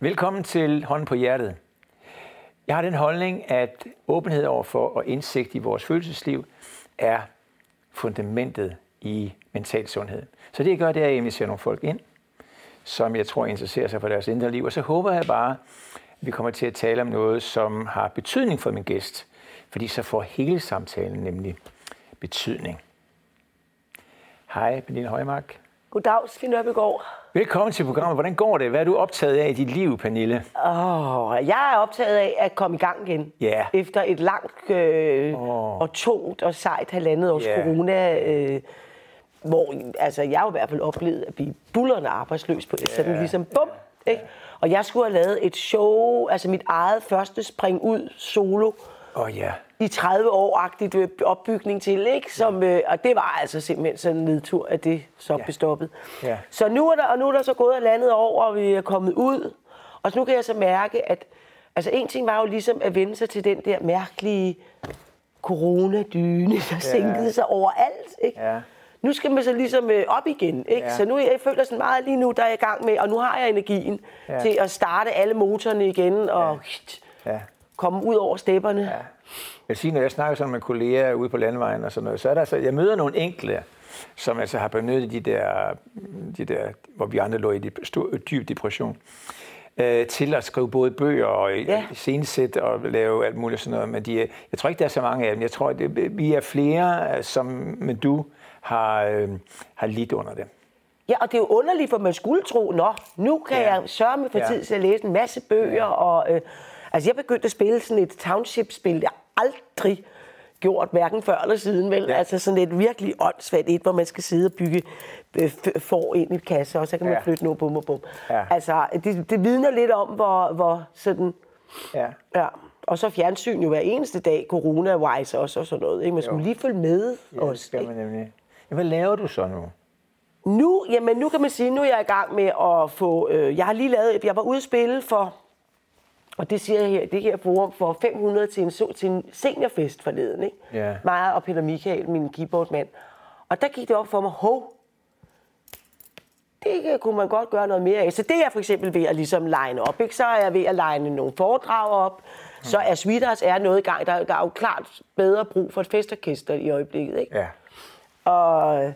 Velkommen til Hånden på hjertet. Jeg har den holdning, at åbenhed overfor og indsigt i vores følelsesliv er fundamentet i mental sundhed. Så det jeg gør, det er, at jeg inviterer nogle folk ind, som jeg tror interesserer sig for deres indre liv. Og så håber jeg bare, at vi kommer til at tale om noget, som har betydning for min gæst. Fordi så får hele samtalen nemlig betydning. Hej, Pernille Højmark. Goddag, Svend Nørbegaard. Velkommen til programmet. Hvordan går det? Hvad er du optaget af i dit liv, Pernille? Jeg er optaget af at komme i gang igen. Yeah. Efter et langt og tungt og sejt halvandet års corona, hvor altså, jeg har i hvert fald oplevet at blive buldrende arbejdsløs på sådan ligesom bum. Ikke? Og jeg skulle have lavet et show, altså mit eget første spring ud solo. I 30 år-agtigt opbygning til, ikke? Som, og det var altså simpelthen sådan en nedtur, at det så blev stoppet. Så nu er der så gået et landet år, og vi er kommet ud. Og nu kan jeg så mærke, at altså en ting var jo ligesom at vende sig til den der mærkelige coronadyne, der sænkede sig overalt, ikke? Nu skal man så ligesom op igen, ikke? Så nu jeg føler sådan meget lige nu, der er jeg i gang med, og nu har jeg energien til at starte alle motorerne igen og komme ud over stepperne. Jeg siger, når jeg snakker sådan med kolleger ude på landvejen og sådan noget, så er der så, jeg møder nogle enkelte, som altså har benyttet de der, hvor vi andre lå i dyb depression, til at skrive både bøger og scenesæt og lave alt muligt sådan noget. Men jeg tror ikke, der er så mange af dem. Jeg tror, vi er flere, men du har lidt under det. Ja, og det er jo underligt, for man skulle tro, nu kan jeg sørge med for tid til at læse en masse bøger. Og, altså, jeg begyndte at spille sådan et township-spil, jeg aldrig gjort, hverken før eller siden, vel? Altså sådan et virkelig åndssvagt et, hvor man skal sidde og bygge får ind i et kasse, og så kan man flytte noget bum og bum. Altså, det vidner lidt om, hvor sådan... Og så fjernsyn jo hver eneste dag, corona-wise også og sådan noget, ikke? Man skulle lige følge med også. Det skal man nemlig. Hvad laver du så nu? Nu kan man sige, nu er jeg i gang med at få... jeg var ude at spille for... Og det siger jeg her, det her forum for 500 til en seniorfest forleden, ikke? Mig og Peter Michael, min keyboardmand. Og der gik det op for mig, det kunne man godt gøre noget mere af. Så det er jeg for eksempel ved at ligesom line op, ikke? Så er jeg ved at line nogle foredrag op. Så er Sweethearts noget i gang. Der er jo klart bedre brug for et festorkester i øjeblikket, ikke? Og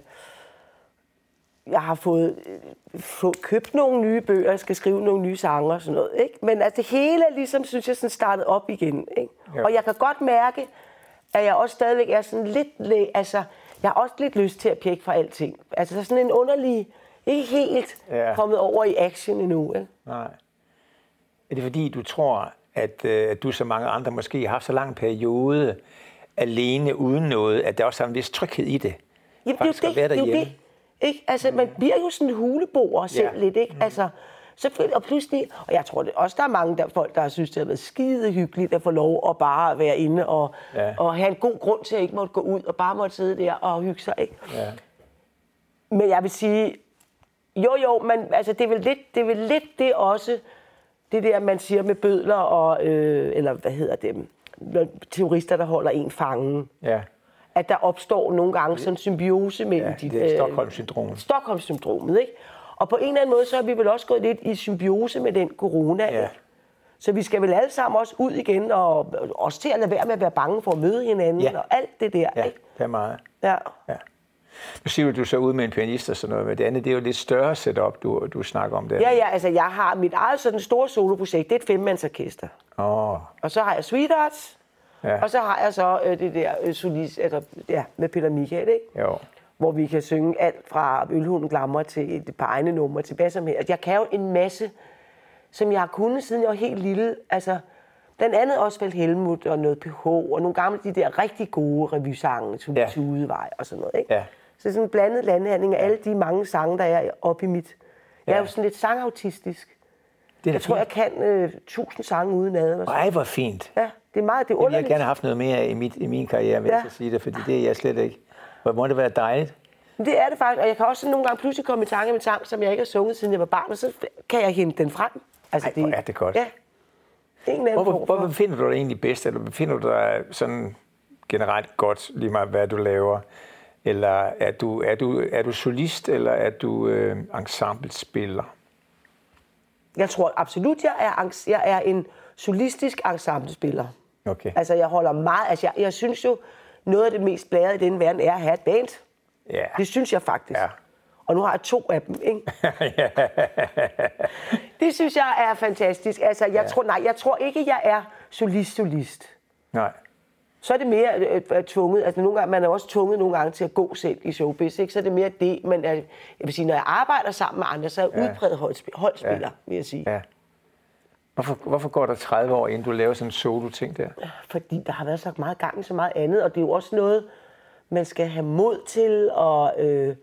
jeg har fået købt nogle nye bøger, jeg skal skrive nogle nye sange og sådan noget, ikke? Men altså det hele er ligesom, synes jeg, sådan startet op igen, ikke? Og jeg kan godt mærke, at jeg også stadigvæk er sådan lidt, altså jeg har også lidt lyst til at pjekke fra alting. Altså der er sådan en underlig, ikke helt kommet over i action endnu, ikke? Nej. Er det fordi, du tror, at du som mange andre måske har haft så lang en periode alene uden noget, at der også er en vis tryghed i det? Jamen, det er jo det. Ikke? Altså, man bliver jo sådan en huleboer selv lidt, ikke? Altså, selvfølgelig, og pludselig, og jeg tror det også, der er mange folk, der synes, det har været skide hyggeligt at få lov at bare være inde og have en god grund til at ikke måtte gå ud og bare måtte sidde der og hygge sig, ikke? Men jeg vil sige, men altså, det er vel lidt det også, det der, man siger med bødler og, eller hvad hedder det, terrorister, der holder en fangen. At der opstår nogle gange sådan en symbiose mellem det er Stockholm-syndromet. Stockholm-syndromet, ikke? Og på en eller anden måde, så er vi vel også gået lidt i symbiose med den corona, ikke? Så vi skal vel alle sammen også ud igen, og også til at lade være med at være bange for at møde hinanden, og alt det der, ikke? Det er meget. Nu siger du så ud med en pianist og sådan noget, men det andet, det er jo lidt større setup, du snakker om der. Altså jeg har mit eget sådan store soloprojekt, det er et 5-mandsorkester. Og så har jeg Sweethearts, og så har jeg så det der solist, med Peter Michael, ikke? Hvor vi kan synge alt fra Ølhunden Glammer til et par egne numre til hvad som helst. Jeg kan jo en masse, som jeg har kunnet, siden jeg var helt lille. Altså, blandt andet Osvald Helmuth og noget PH, og nogle gamle de der rigtig gode revysange, Tudevej og sådan noget, ikke? Så sådan en blandet landhandling af alle de mange sange, der er oppe i mit... Jeg er jo sådan lidt sangautistisk. Jeg tror, jeg kan 1000 sange udenad. Ej, hvor fint. Ja, det er meget, det er underligt. Jeg vil gerne have haft noget mere i min karriere, vil jeg så sige det, fordi det er jeg slet ikke. Hvor må det være dejligt? Det er det faktisk, og jeg kan også nogle gange pludselig komme i tanke med en sang, som jeg ikke har sunget, siden jeg var barn, og så kan jeg hente den frem. Altså, hvor er det godt. Hvor befinder du dig egentlig bedst, eller befinder du dig sådan generelt godt, lige meget hvad du laver? Eller er du solist, eller er du ensemblespiller? Jeg tror absolut, jeg er en solistisk ensemblespiller. Okay. Altså, jeg holder meget... Altså, jeg synes jo, noget af det mest bladede i den verden er at have et band. Ja. Det synes jeg faktisk. Ja. Og nu har jeg 2 af dem, ikke? Det synes jeg er fantastisk. Altså, jeg tror ikke, jeg er solist. Nej. Så er det mere tvunget. Altså, nogle gange, man er også tvunget nogle gange til at gå selv i showbiz, ikke? Så er det mere det. Men jeg vil sige, når jeg arbejder sammen med andre, så er jeg udpræget holdspiller, vil jeg sige. Ja. Hvorfor går der 30 år, inden du laver sådan en solo-ting der? Fordi der har været så meget gang i så meget andet, og det er jo også noget, man skal have mod til, og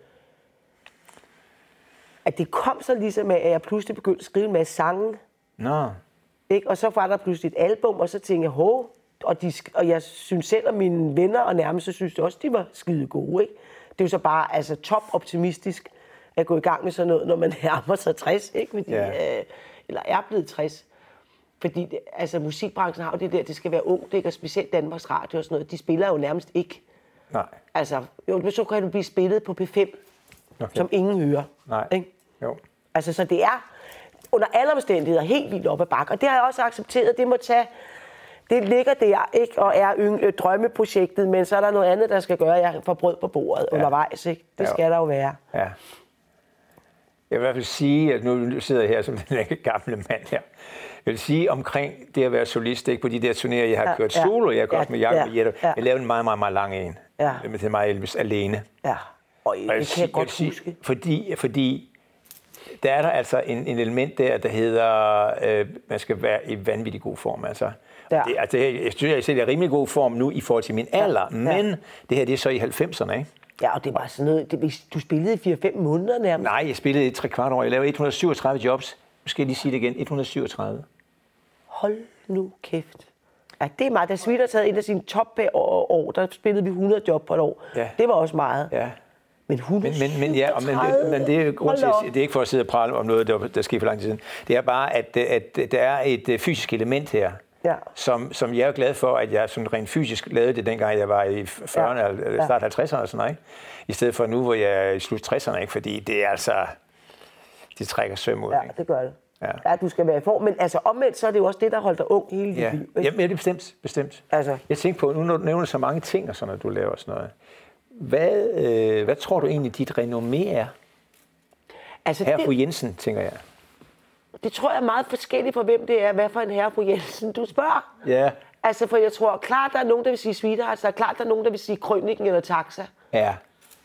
at det kom så ligesom af, at jeg pludselig begyndte at skrive en masse sange. Nå. Ikke? Og så var der pludselig et album, og så tænkte jeg, og jeg synes selv, at mine venner og nærmest synes også, de var skide gode. Ikke? Det er jo så bare altså, top optimistisk at gå i gang med sådan noget, når man nærmer sig 60, ikke? Fordi, eller er blevet 60. Fordi altså, musikbranchen har jo det der, det skal være ungt, ikke? Og specielt Danmarks Radio og sådan noget, de spiller jo nærmest ikke. Nej. Altså, jo, så kan du blive spillet på P5, okay, som ingen hører. Nej. Ikke? Jo. Altså, så det er under alle omstændigheder helt vildt op ad bakke. Og det har jeg også accepteret. Det ligger der, ikke? Og er drømmeprojektet, men så er der noget andet, der skal gøre, at jeg får brød på bordet undervejs, ikke? Det skal der jo være. Ja. Jeg vil i hvert fald sige, at nu sidder jeg her som den gamle mand her. Jeg vil sige omkring det at være solist, ikke? På de der turnéer, jeg har kørt solo, jeg har kørt med Jacob og Jette. Jeg lavede en meget, meget, meget lang en. Ja. Med mig Elvis alene. Ja. Og det kan jeg godt huske. Fordi der er der altså en element der hedder, man skal være i vanvittig god form. Altså. Ja. Jeg synes, jeg selv er i rimelig god form nu i forhold til min alder, men det her det er så i 90'erne, ikke? Ja, og det var sådan noget, du spillede i 4-5 måneder nærmest. Nej, jeg spillede i 3/4 år. Jeg lavede 137 jobs. Nu skal jeg lige sige det igen. 137. Hold nu kæft. Ja, det er meget. Da Sweet har taget en af sine top-år, der spillede vi 100 job på et år. Ja. Det var også meget. Ja. Men 137? Men det er grund til, det er ikke for at sidde og prale om noget, der skete for lang tid siden. Det er bare, at der er et fysisk element her, som jeg er glad for, at jeg sådan rent fysisk lavede det, dengang jeg var i 40'erne, eller start 50'erne og sådan noget, ikke? I stedet for nu, hvor jeg er i slut 60'erne, ikke? Fordi det er altså, det trækker søm ud. Ja, det gør det. Ja, du skal være i form, men altså omvendt, så er det jo også det, der holder dig ung hele dit liv. Ikke? Jamen, det er bestemt. Altså. Jeg tænker på, nu når du nævner så mange ting, og sådan, når du laver sådan noget. Hvad tror du egentlig, dit renommé er? Altså, herre fru Jensen, tænker jeg. Det tror jeg er meget forskelligt på, hvem det er. Hvad for en herre fru Jensen, du spørger? Ja. Altså, for jeg tror klart, der er nogen, der vil sige Sweetheart, så er klart, der er nogen, der vil sige Krøniken eller Taxa. Ja.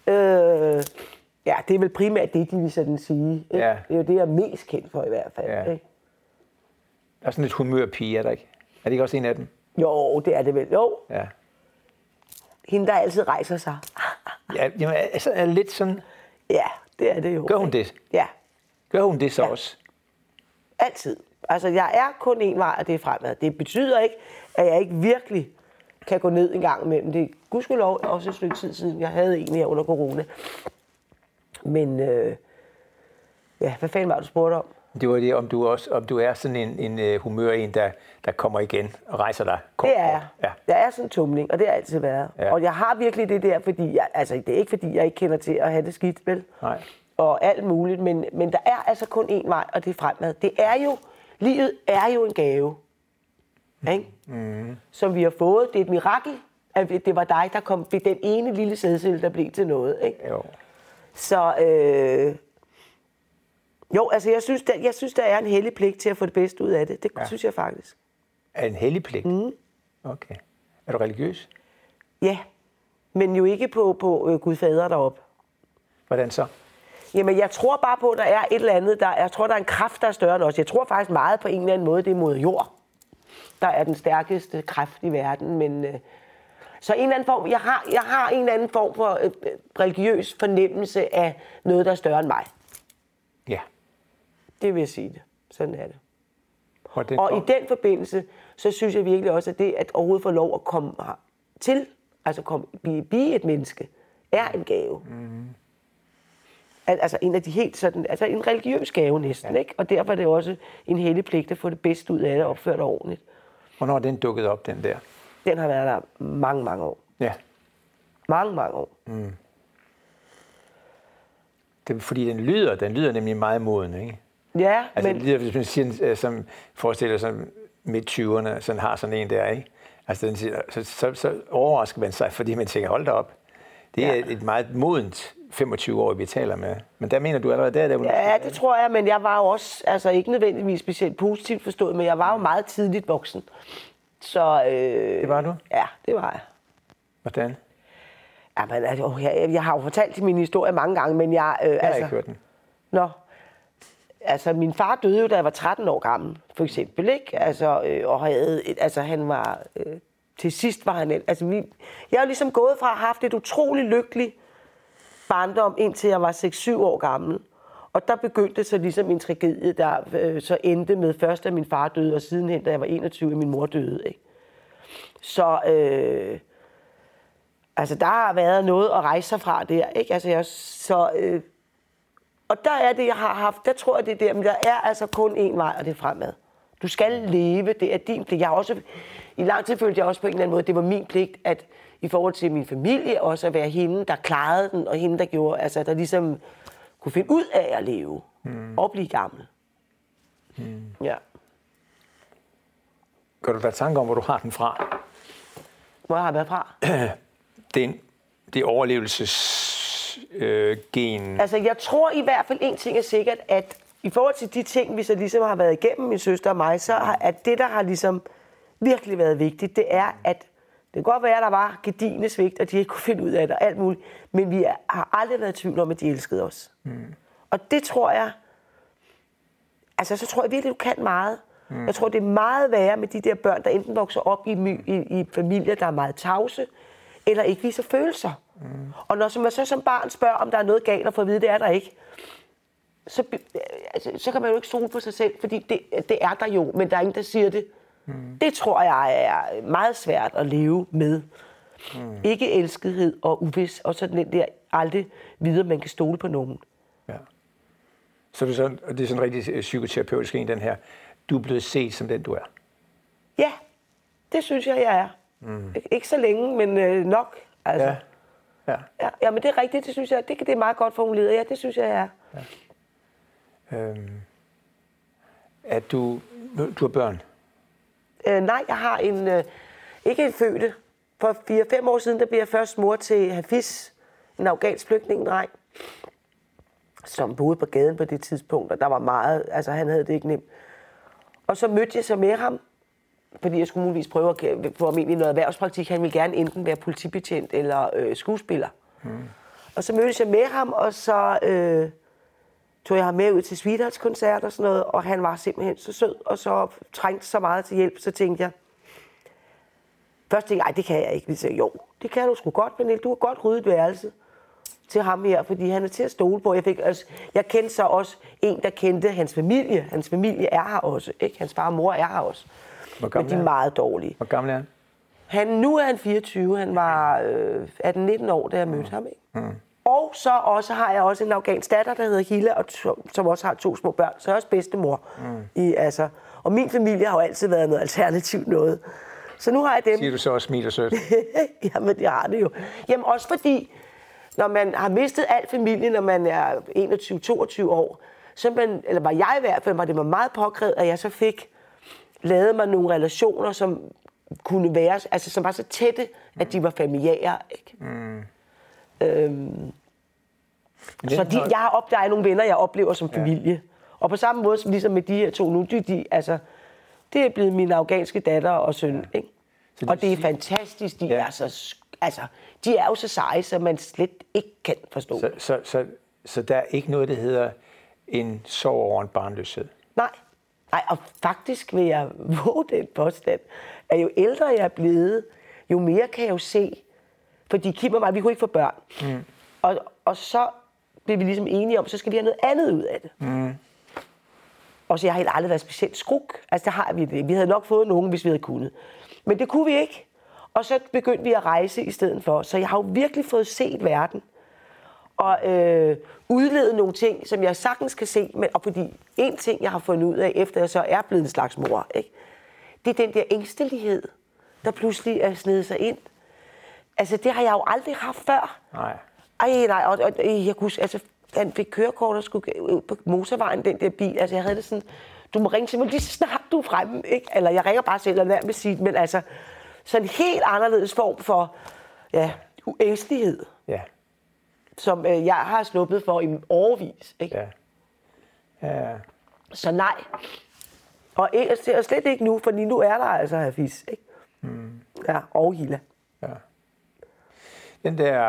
Ja, det er vel primært det, de vil sådan sige. Ja. Det er jo det, jeg er mest kendt for i hvert fald. Ja. Ikke? Der er sådan lidt humørpige, er der ikke? Er det ikke også en af dem? Jo, det er det vel. Jo. Ja. Hende, der altid rejser sig. Ja, jamen, altså, er lidt sådan... Ja, det er det jo. Gør hun det? Ja. Gør hun det så også? Altid. Altså, jeg er kun en vej, og det er fremad. Det betyder ikke, at jeg ikke virkelig kan gå ned en gang imellem. Det er gudskelov også et stykke tid siden. Jeg havde en her under corona. Men hvad fanden var det, du spurgte om? Det var det, om du er sådan en humør, der kommer igen og rejser dig. Det er jeg. Ja. Jeg er sådan en tumling, og det har altid været. Ja. Og jeg har virkelig det der, fordi det er ikke fordi, jeg ikke kender til at have det skidt, vel? Nej. Og alt muligt, men der er altså kun én vej, og det er fremad. Livet er jo en gave, ikke? Som vi har fået. Det er et mirakel, at det var dig, der kom ved den ene lille sædcelle, der blev til noget, ikke? Jo. Så altså jeg synes, der er en hellig pligt til at få det bedste ud af det. Det synes jeg faktisk. Er det en hellig pligt? Okay. Er du religiøs? Ja, men jo ikke på Gud Fader deroppe. Hvordan så? Jamen, jeg tror bare på, at der er et eller andet. Jeg tror, der er en kraft, der er større end os. Jeg tror faktisk meget på en eller anden måde, det er mod jord. Der er den stærkeste kraft i verden, men... Så en eller anden form, jeg har en eller anden form for religiøs fornemmelse af noget, der er større end mig. Ja. Det vil jeg sige det. Sådan er det. Og i den forbindelse, så synes jeg virkelig også, at det at overhovedet få lov at komme til, altså blive et menneske, er en gave. Altså en af de helt sådan, altså en religiøs gave næsten, ikke? Og derfor er det også en hellig pligt at få det bedste ud af det og opføre det ordentligt. Hvornår er den dukket op, den der? Den har været der mange, mange år. Ja. Mange år. Det er, fordi den lyder nemlig meget moden, ikke? Ja, altså, men... Hvis man siger, som forestiller sig midt-20'erne, sådan har sådan en der, ikke? Altså, så overrasker man sig, fordi man tænker, hold da op. Det er et meget modent 25 år, vi taler med. Men der mener du allerede der... Ja, det tror jeg, men jeg var jo også, altså ikke nødvendigvis specielt positivt forstået, men jeg var jo meget tidligt voksen. Så... det var du? Ja, det var jeg. Hvordan? Jamen, altså, jeg har jo fortalt min historie mange gange, men jeg... Jeg har ikke hørt den. Nå. Altså, min far døde jo, da jeg var 13 år gammel, for eksempel, ikke? Altså, og han var... til sidst var han... Altså, jeg er ligesom gået fra at have haft et utroligt lykkeligt barndom, indtil jeg var 6-7 år gammel. Og der begyndte så ligesom en tragedie, der så endte med først, da min far døde, og sidenhen, da jeg var 21, min mor døde, ikke? Så... altså, der har været noget at rejse sig fra der, ikke? Altså, og der er det, jeg har haft, der tror jeg, det er der, men der er altså kun én vej, og det er fremad. Du skal leve, det er din pligt. Jeg har også, i lang tid følte jeg også på en eller anden måde, det var min pligt, at i forhold til min familie, også at være hende, der klarede den, og hende, der gjorde, altså, der ligesom kunne finde ud af at leve, og blive gammel. Ja. Kan du være tanke om, hvor du har den fra? Hvor jeg har været fra? Det overlevelsesgen. Altså, jeg tror i hvert fald, en ting er sikkert, at i forhold til de ting, vi så ligesom har været igennem, min søster og mig, så at det, der har ligesom virkelig været vigtigt, det er, at det kan godt være, at der var gedigne svigt, og de ikke kunne finde ud af det og alt muligt, men vi har aldrig været i tvivl om, at de elskede os. Og det tror jeg, altså så tror jeg virkelig, du kan meget. Jeg tror, det er meget værre med de der børn, der enten vokser op i familier, der er meget tavse, eller ikke viser følelser. Og når man så som barn spørger, om der er noget galt, og får at vide, det er der ikke, så kan man jo ikke stole på sig selv, fordi det er der jo, men der er ingen, der siger det. Det tror jeg er meget svært at leve med. Ikke elskethed og uvis, og sådan den der aldrig videre, man kan stole på nogen. Ja. Så det er sådan en rigtig psykoterapeutisk en, den her. Du er blevet set som den, du er. Ja, det synes jeg er. Ikke så længe, men nok. Altså. Ja, men det er rigtigt, det synes jeg. Det er meget godt formuleret. Ja, det synes jeg er. Ja. At du har børn? Nej, jeg har ikke en fødte. For 4-5 år siden, der blev jeg først mor til Hafiz, en afghansk flygtningedreng, som boede på gaden på det tidspunkt, og der var meget, altså han havde det ikke nemt. Og så mødte jeg så med ham, fordi jeg skulle muligvis prøve at få ham ind i noget erhvervspraktik. Han ville gerne enten være politibetjent eller skuespiller. Og så mødtes jeg med ham, og så tog jeg ham med ud til Sweethearts-koncert og sådan noget, og han var simpelthen så sød, og så trængte så meget til hjælp, så tænkte jeg, først tænkte jeg, det kan jeg ikke. Vi sagde, jo, det kan du sgu godt, Pernille, du har godt ryddet værelset til ham her, fordi han er til at stole på. Jeg kendte så også en, der kendte hans familie. Hans familie er her også, ikke? Hans far og mor er her også. Men de er meget dårlige. Hvor gammel er han? Nu er han 24, han var 18-19 år, da jeg mødte ham, ikke? Og så har jeg også en afghansk datter, der hedder Hilla, og som også har 2 små børn, så er jeg også bedstemor. Og min familie har jo altid været noget alternativt noget. Så nu har jeg dem. Siger du så også smil og sødt? Jamen, jeg har det jo. Jamen, også fordi, når man har mistet al familie, når man er 21-22 år, så var jeg i hvert fald, var det mig meget påkrævet, at jeg så fik lavet mig nogle relationer, som kunne være, altså som var så tætte, at de var familiære, ikke? Så jeg har opdaget nogle venner, jeg oplever som familie. Og på samme måde som ligesom med de her 2 nu, det er blevet min afghanske datter og søn, ikke? Og det er fantastisk, de er så, altså, de er jo så seje, så man slet ikke kan forstå. Så der er ikke noget, der hedder en sorg over en barnløshed? Nej, og faktisk vil jeg våge den påstand, at jo ældre jeg er blevet, jo mere kan jeg jo se, fordi Kim og mig, vi kunne ikke få børn. Og så blev vi ligesom enige om, så skal vi have noget andet ud af det. Og så jeg har helt aldrig været specielt skruk. Altså, det har vi det. Vi havde nok fået nogen, hvis vi havde kunnet. Men det kunne vi ikke. Og så begyndte vi at rejse i stedet for. Så jeg har jo virkelig fået set verden. Og udledet nogle ting, som jeg sagtens kan se. Og fordi en ting, jeg har fundet ud af, efter jeg så er blevet en slags mor, ikke? Det er den der ængstelighed, der pludselig er snedet sig ind. Altså, det har jeg jo aldrig haft før. Nej. Nej, og jeg kunne, altså, han fik kørekort og skulle ud på motorvejen, den der bil. Altså, jeg havde det sådan, du må ringe til mig lige så snart du er fremme, ikke? Eller jeg ringer bare selv og lader med sige, men altså, sådan en helt anderledes form for, ja, uængstelighed. Ja. Som jeg har sluppet for i årevis, ikke? Ja. Så nej. Og slet ikke nu, for nu er der altså Hafiz, ikke? Ja, og Hilla. Ja. Den der...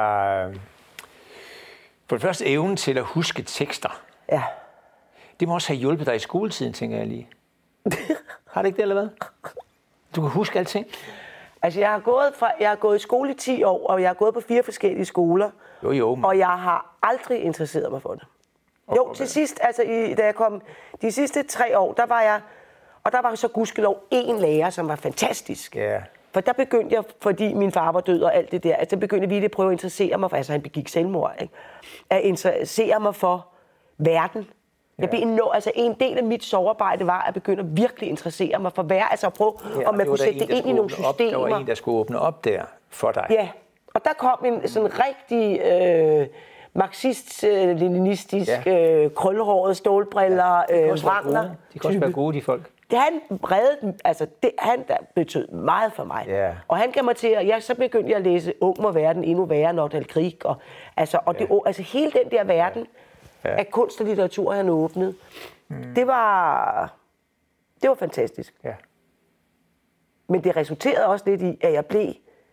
For det første evnen til at huske tekster. Ja. Det må også have hjulpet dig i skoletiden, tænker jeg lige. Har det ikke det, eller hvad? Du kan huske alting. Altså, jeg har gået i skole i 10 år, og jeg har gået på 4 forskellige skoler. Jo. Og jeg har aldrig interesseret mig for det. Jo, til sidst, altså da jeg kom de sidste 3 år, der var så gudskelov en lærer, som var fantastisk. Ja. For der begyndte jeg, fordi min far var død og alt det der, altså der begyndte jeg virkelig at prøve at interessere mig for, altså han begik selvmord, ikke? At interessere mig for verden. Jeg blev en del af mit sovearbejde var at begynde at virkelig interessere mig for verden, altså at prøve, om man kunne sætte det ind i nogle systemer. Der var en, der skulle åbne op der for dig. Ja, og der kom en sådan rigtig marxist-leninistisk, krøllehåret, stålbriller, Wagner. De kan også være gode, de folk. Han reddede, altså han der betød meget for mig. Yeah. Og han gav mig til, at så begyndte jeg at læse Ung må verden endnu værre, Nordal Krig. Og det, hele den der verden af kunst og litteratur, han åbnede, det var fantastisk. Ja. Men det resulterede også lidt i, at jeg blev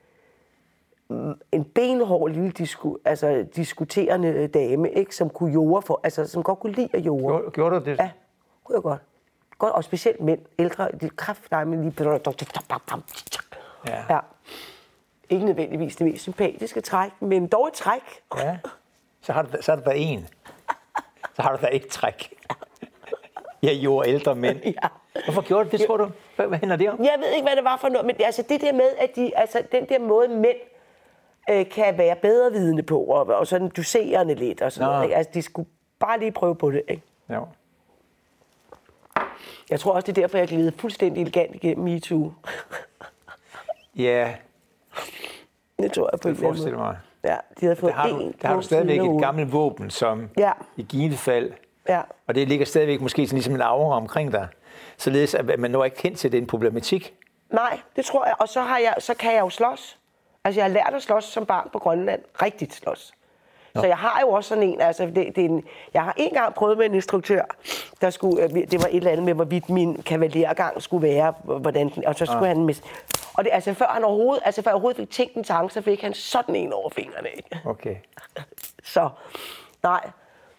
en benhård lille diskuterende dame, ikke, som kunne som godt kunne lide at jorde. Gjorde du det? Ja, kunne jeg godt. Godt, og specielt mænd, ældre, de kraftdejme lige... Ja. Ikke nødvendigvis det mest sympatiske træk, men dog et træk. Ja. Så har du været en. Så har du været et træk. Jeg gjorde ældre mænd. Ja. Hvorfor gjorde du det, tror du? Hvad handler det om? Jeg ved ikke, hvad det var for noget, men altså det der med, at den der måde mænd kan være bedre vidende på, og sådan doserende lidt, og sådan noget, ikke? Altså de skulle bare lige prøve på det, ikke? Ja. Jeg tror også, det er derfor, jeg gled fuldstændig elegant igennem MeToo. Ja. Det tror jeg på det forestiller mig. Ja, de havde fået der har du stadigvæk et gammelt våben, som i givet fald, og det ligger stadigvæk måske sådan ligesom en aura omkring dig, således at man når ikke kendt til den problematik. Nej, det tror jeg, og så kan jeg jo slås. Altså, jeg har lært at slås som barn på Grønland. Rigtigt slås. Så jeg har jo også sådan en, altså jeg har en gang prøvet med en instruktør, der skulle, det var et eller andet med, hvorvidt min kavalergang skulle være, hvordan den, og så skulle han og det, altså før jeg overhovedet fik tænkt en tanke, så fik han sådan en over fingrene, ikke? Okay. Så, nej.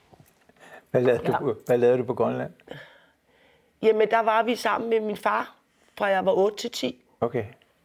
Hvad lavede du på Grønland? Jamen, der var vi sammen med min far, fra jeg var 8 til 10. Okay.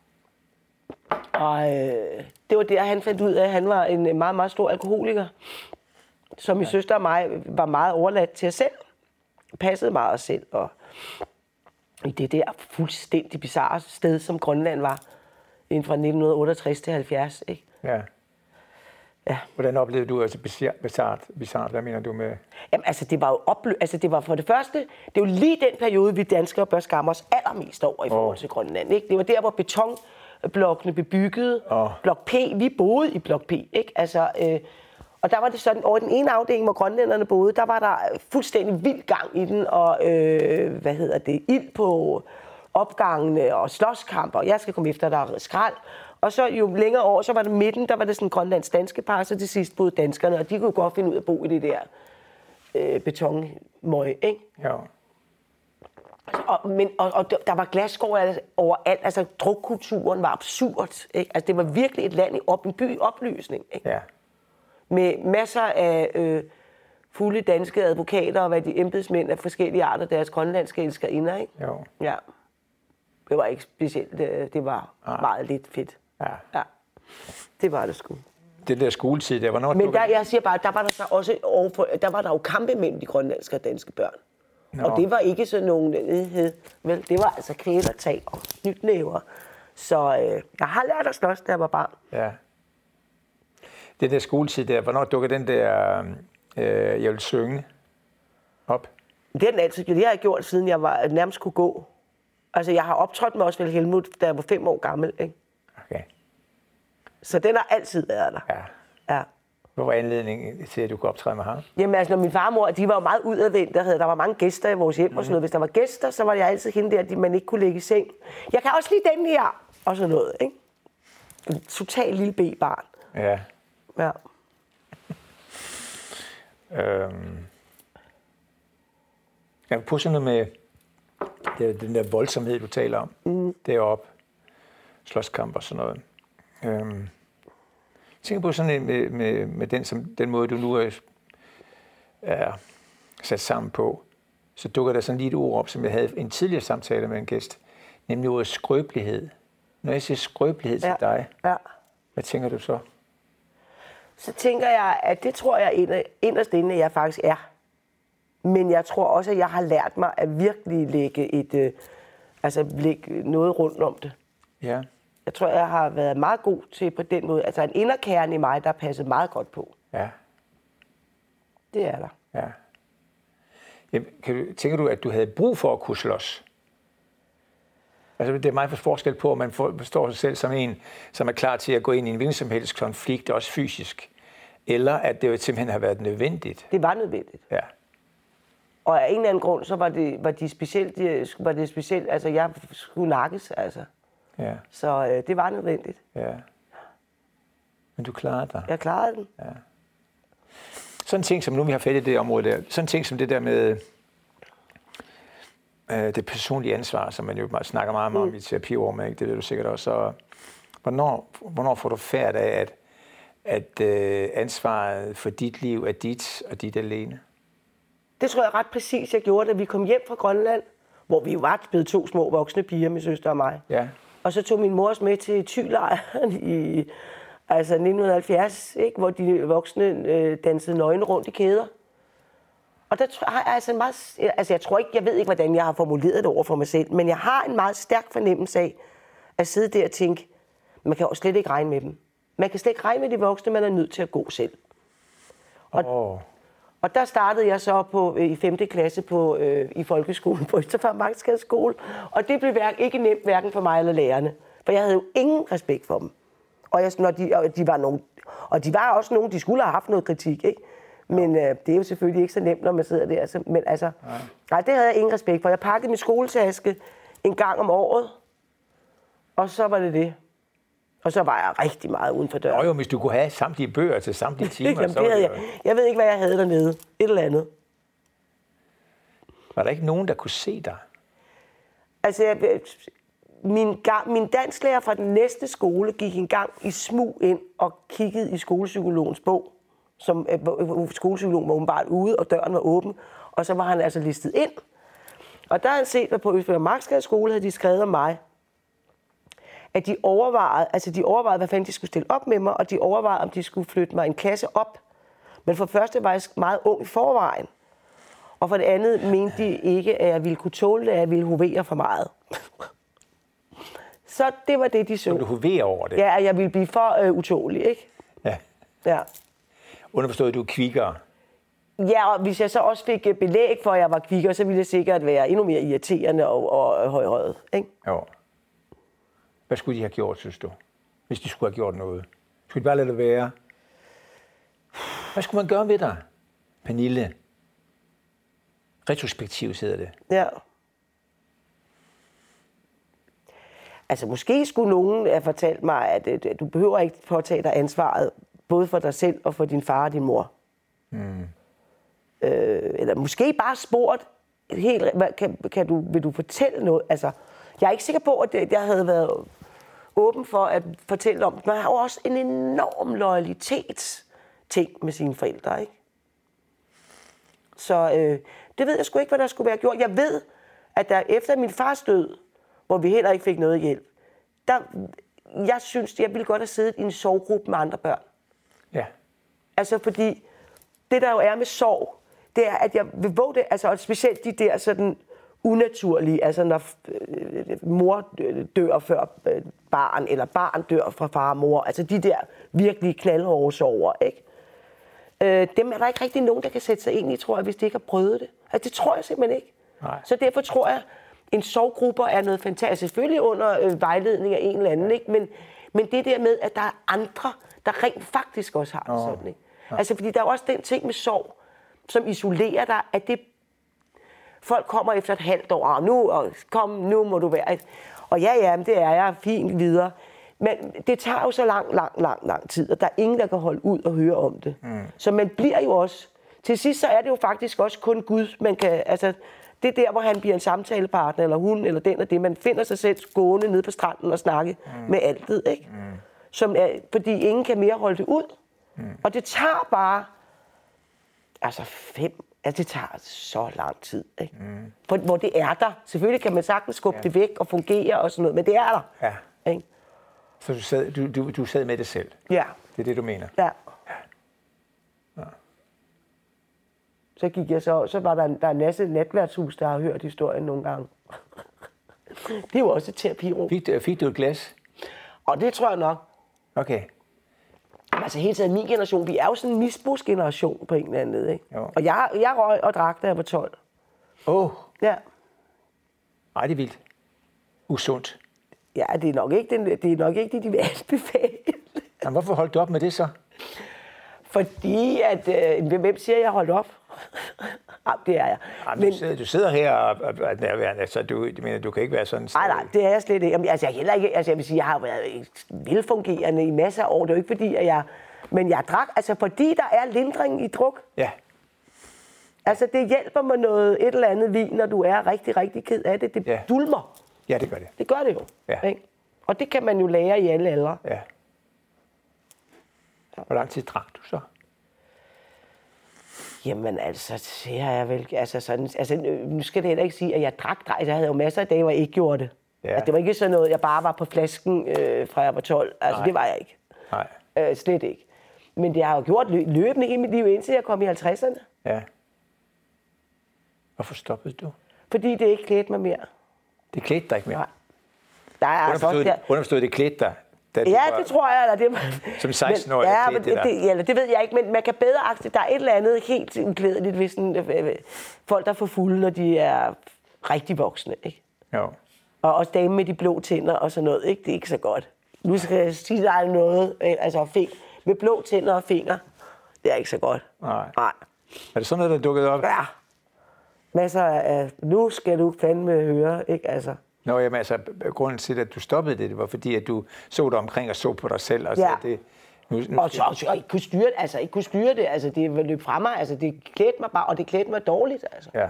Og det var der, han fandt ud af, at han var en meget, meget stor alkoholiker, som min søster og mig var meget overladt til os selv. Passede meget os selv, og i det der fuldstændig bizarre sted, som Grønland var, inden fra 1968 til 70, ikke? Ja. Hvordan oplevede du altså bizarrt? Hvad mener du med? Jamen, altså, det var jo det var for det første, det er jo lige den periode, vi danskere bør skamme os allermest over i forhold til Grønland, ikke? Det var der, hvor betonblokkene blev bygget. Blok P, vi boede i Blok P, ikke? Altså, og der var det sådan, over den ene afdeling, hvor grønlænderne boede, der var der fuldstændig vild gang i den, og ild på opgangene og slåskamper, og jeg skal komme efter, der er skrald. Og så jo længere over, så var det midten, der var det sådan Grønlands danske par, så til sidst boede danskerne, og de kunne godt finde ud af at bo i det der betonmøg, ikke? Ja. Og der var glasskår overalt, altså drukkulturen var absurd, ikke? Altså det var virkelig et land en by i opløsning, ikke? Ja. Med masser af fulde danske advokater og hvad de embedsmænd af forskellige arter, deres grønlandske elskerinder, ikke? Jo. Ja. Det var ikke specielt, det var meget lidt fedt. Ja. Det var det sgu. Det der skoletid der, hvornår... Men jeg siger bare, der var der så også der var der jo kampe mellem de grønlandske og danske børn. Og det var ikke sådan nogen, vel, det var altså kvælertag og knytnæver. Så jeg har lært at slås, da jeg var barn. Ja. Det der skoletid der, hvornår dukker den der, jeg vil synge op? Det har jeg gjort, siden jeg nærmest kunne gå. Altså, jeg har optrådt med Osvald Helmuth, da jeg var 5 år gammel, ikke? Okay. Så den har altid været der. Ja. Hvad var anledningen til, at du kunne optræde med ham? Jamen altså, når min far og mor, de var jo meget udadvendte. Der var mange gæster i vores hjem og sådan noget. Hvis der var gæster, så var det altid hende der, man ikke kunne lægge i seng. Jeg kan også lide den her, og sådan noget, ikke? En total lille B-barn. Ja. Ja. Jeg vil på sådan noget med den der voldsomhed, du taler om. Deroppe. Slåskamp og sådan noget. Jeg tænker på sådan med den måde, du nu er sat sammen på. Så dukker der sådan lige et ord op, som jeg havde en tidligere samtale med en gæst. Nemlig ordet skrøbelighed. Når jeg siger skrøbelighed til dig, hvad tænker du så? Så tænker jeg, at det tror jeg inderst inde, jeg faktisk er. Men jeg tror også, at jeg har lært mig at virkelig lægge noget rundt om det. Ja. Jeg tror, jeg har været meget god til på den måde. Altså en inderkerne i mig, der er passet meget godt på. Ja. Det er der. Ja. Tænker du, at du havde brug for at kunne slås? Altså, det er meget forskel på, at man forstår sig selv som en, som er klar til at gå ind i en hvilken som helst konflikt, også fysisk. Eller at det jo simpelthen har været nødvendigt. Det var nødvendigt. Ja. Og af en eller anden grund, så var det specielt, altså jeg skulle nakkes, altså. Ja. Så det var nødvendigt. Ja. Men du klarede dig. Jeg klarede den. Ja. Sådan en ting, som nu vi har fat i det område der, sådan en ting som det der med det personlige ansvar, som man jo snakker meget om i terapiordet, ikke? Det ved du sikkert også. Så hvornår får du færd af, at ansvaret for dit liv er dit og dit alene? Det tror jeg ret præcis, jeg gjorde, da vi kom hjem fra Grønland, hvor vi jo var blevet 2 små voksne piger, min søster og mig. Ja. Og så tog min mor os med til Thylejren i 1970, ikke? Hvor de voksne dansede nøgne rundt i kæder. Og der har jeg altså en meget... Altså jeg ved ikke, hvordan jeg har formuleret det over for mig selv, men jeg har en meget stærk fornemmelse af at sidde der og tænke, man kan jo slet ikke regne med dem. Man kan slet ikke regne med de voksne, man er nødt til at gå selv. Og der startede jeg så i 5. klasse i folkeskolen på Østerfart Markedsgade skole. Og det blev ikke nemt, hverken for mig eller lærerne. For jeg havde jo ingen respekt for dem. Og de var også nogen, de skulle have haft noget kritik, ikke? Men det er jo selvfølgelig ikke så nemt, når man sidder der. Men altså, nej, det havde jeg ingen respekt for. Jeg pakkede min skoletaske en gang om året, og så var det. Og så var jeg rigtig meget uden for døren. Jo, hvis du kunne have samtlige bøger til samtlige timer, Jamen, så var det jeg ved ikke, hvad jeg havde dernede. Et eller andet. Var der ikke nogen, der kunne se dig? Altså, min dansklærer fra den næste skole gik en gang i smug ind og kiggede i skolepsykologens bog. Skolepsykologen var åbenbart ude, og døren var åben. Og så var han altså listet ind. Og der havde han set, at på Østerfart Markedsgade skole havde de skrevet om mig, at de overvejede, hvad fanden de skulle stille op med mig, og de overvejede, om de skulle flytte mig en klasse op. Men for det første var jeg meget ung i forvejen. Og for det andet mente de ikke, at jeg ville kunne tåle det, at jeg ville hovere for meget. Så det var det, de så. Så du hoverer over det? Ja, at jeg ville blive for utålig, ikke? Ja. Underforstået, du er kvikkere? Ja, og hvis jeg så også fik belæg for, at jeg var kvikkere, så ville det sikkert være endnu mere irriterende og højrøget, ikke? Jo. Hvad skulle de have gjort, synes du? Hvis de skulle have gjort noget? Skulle de bare lade det være? Hvad skulle man gøre ved dig, Pernille? Retrospektivt hedder det. Ja. Altså, måske skulle nogen have fortalt mig, at du behøver ikke påtage dig ansvaret, både for dig selv og for din far og din mor. Eller måske bare spurgt, vil du fortælle noget? Altså, jeg er ikke sikker på, at jeg havde været åben for at fortælle om. Man har jo også en enorm loyalitetsting med sine forældre, ikke? Så det ved jeg sgu ikke, hvad der skulle være gjort. Jeg ved, at der efter min fars død, hvor vi heller ikke fik noget hjælp, jeg synes, jeg ville godt have siddet i en sorggruppe med andre børn. Ja. Altså, fordi det, der jo er med sorg, det er, at jeg vil våge det, altså, og specielt de der sådan unaturlige, altså når mor dør før barn, eller barn dør fra far og mor, altså de der virkelig knaldhårde sorger, ikke? Dem er der ikke rigtig nogen, der kan sætte sig ind i, tror jeg, hvis de ikke har prøvet det. Altså, det tror jeg simpelthen ikke. Nej. Så derfor tror jeg, en sorggruppe er noget fantastisk. Selvfølgelig under vejledning af en eller anden, ikke? Men det der med, at der er andre, der rent faktisk også har det sådan, ikke? Altså, fordi der er også den ting med sorg, som isolerer dig, at det folk kommer efter et halvt år, nu må du være. Og ja, det er jeg, fint videre. Men det tager jo så lang tid, og der er ingen, der kan holde ud og høre om det. Så man bliver jo også, til sidst så er det jo faktisk også kun Gud, man kan, altså det er der, hvor han bliver en samtalepartner, eller hun, eller den og det. Man finder sig selv gående nede på stranden og snakke med altet, ikke? Som er, fordi ingen kan mere holde det ud. Og det tager bare, det tager så lang tid, ikke? Hvor det er der. Selvfølgelig kan man sagtens skubbe det væk og fungere og sådan noget, men det er der. Ja. Ikke? Så du sad med det selv? Ja. Det er det, du mener? Ja. Så gik jeg så var der en masse netværtshus, der har hørt historien nogle gange. Det er jo også et terapirum. Fik du et glas? Og det tror jeg nok. Okay. Altså hele tiden min generation, vi er jo sådan en misbrugsgeneration på en eller anden måde, ikke? Jo. Og jeg røg og drak, da jeg var 12. Ja. Ej, det er vildt. Usundt. Ja, det er nok ikke det, de vil anbefale. Jamen, hvorfor holdt du op med det så? Fordi at, hvem siger, jeg holdt op? Det er jeg. Jamen, du sidder her og er nærværende, så du kan ikke være sådan... Nej, det er jeg slet ikke. Jamen, altså, jeg heller ikke. Altså, jeg vil sige, jeg har været velfungerende i masser af år. Det er jo ikke fordi, at jeg... Men jeg drak, altså fordi der er lindring i druk. Ja. Altså, det hjælper med et eller andet vin, når du er rigtig, rigtig ked af det. Det dulmer. Ja, det gør det. Det gør det jo. Ja. Ikke? Og det kan man jo lære i alle aldre. Ja. Hvor lang tid drak du så? Jamen altså, det har jeg vel... nu skal det heller ikke sige, at jeg drak. Jeg havde jo masser af dage, hvor jeg ikke gjorde det. Ja. Altså, det var ikke sådan noget, jeg bare var på flasken, fra jeg var 12. Altså, Nej. det var jeg ikke. Nej. Slet ikke. Men det har jo gjort løbende hele mit liv, indtil jeg kom i 50'erne. Ja. Hvorfor stoppede du? Fordi det ikke klædte mig mere. Det klædte dig ikke mere? Nej. Der er underforstået, det klædte dig? Det tror jeg. Eller det, som 16-årig det ved jeg ikke, men man kan bedre acceptere. Der er et eller andet helt uklædeligt ved sådan, folk, der får fulde, når de er rigtig voksne. Ikke? Jo. Og også dame med de blå tænder og sådan noget. Ikke? Det er ikke så godt. Nu skal jeg sige dig noget. Altså med blå tænder og fingre. Det er ikke så godt. Nej. Er det sådan noget, der dukkede op? Ja. Masser af, nu skal du fandme høre, ikke altså. Nå, jamen altså, grunden til, at du stoppede det var fordi, at du så dig omkring og så på dig selv. Og ja. Det, og så ikke kunne styre det, altså det løb fra mig, altså det klædte mig bare, og det klædte mig dårligt, altså. Ja.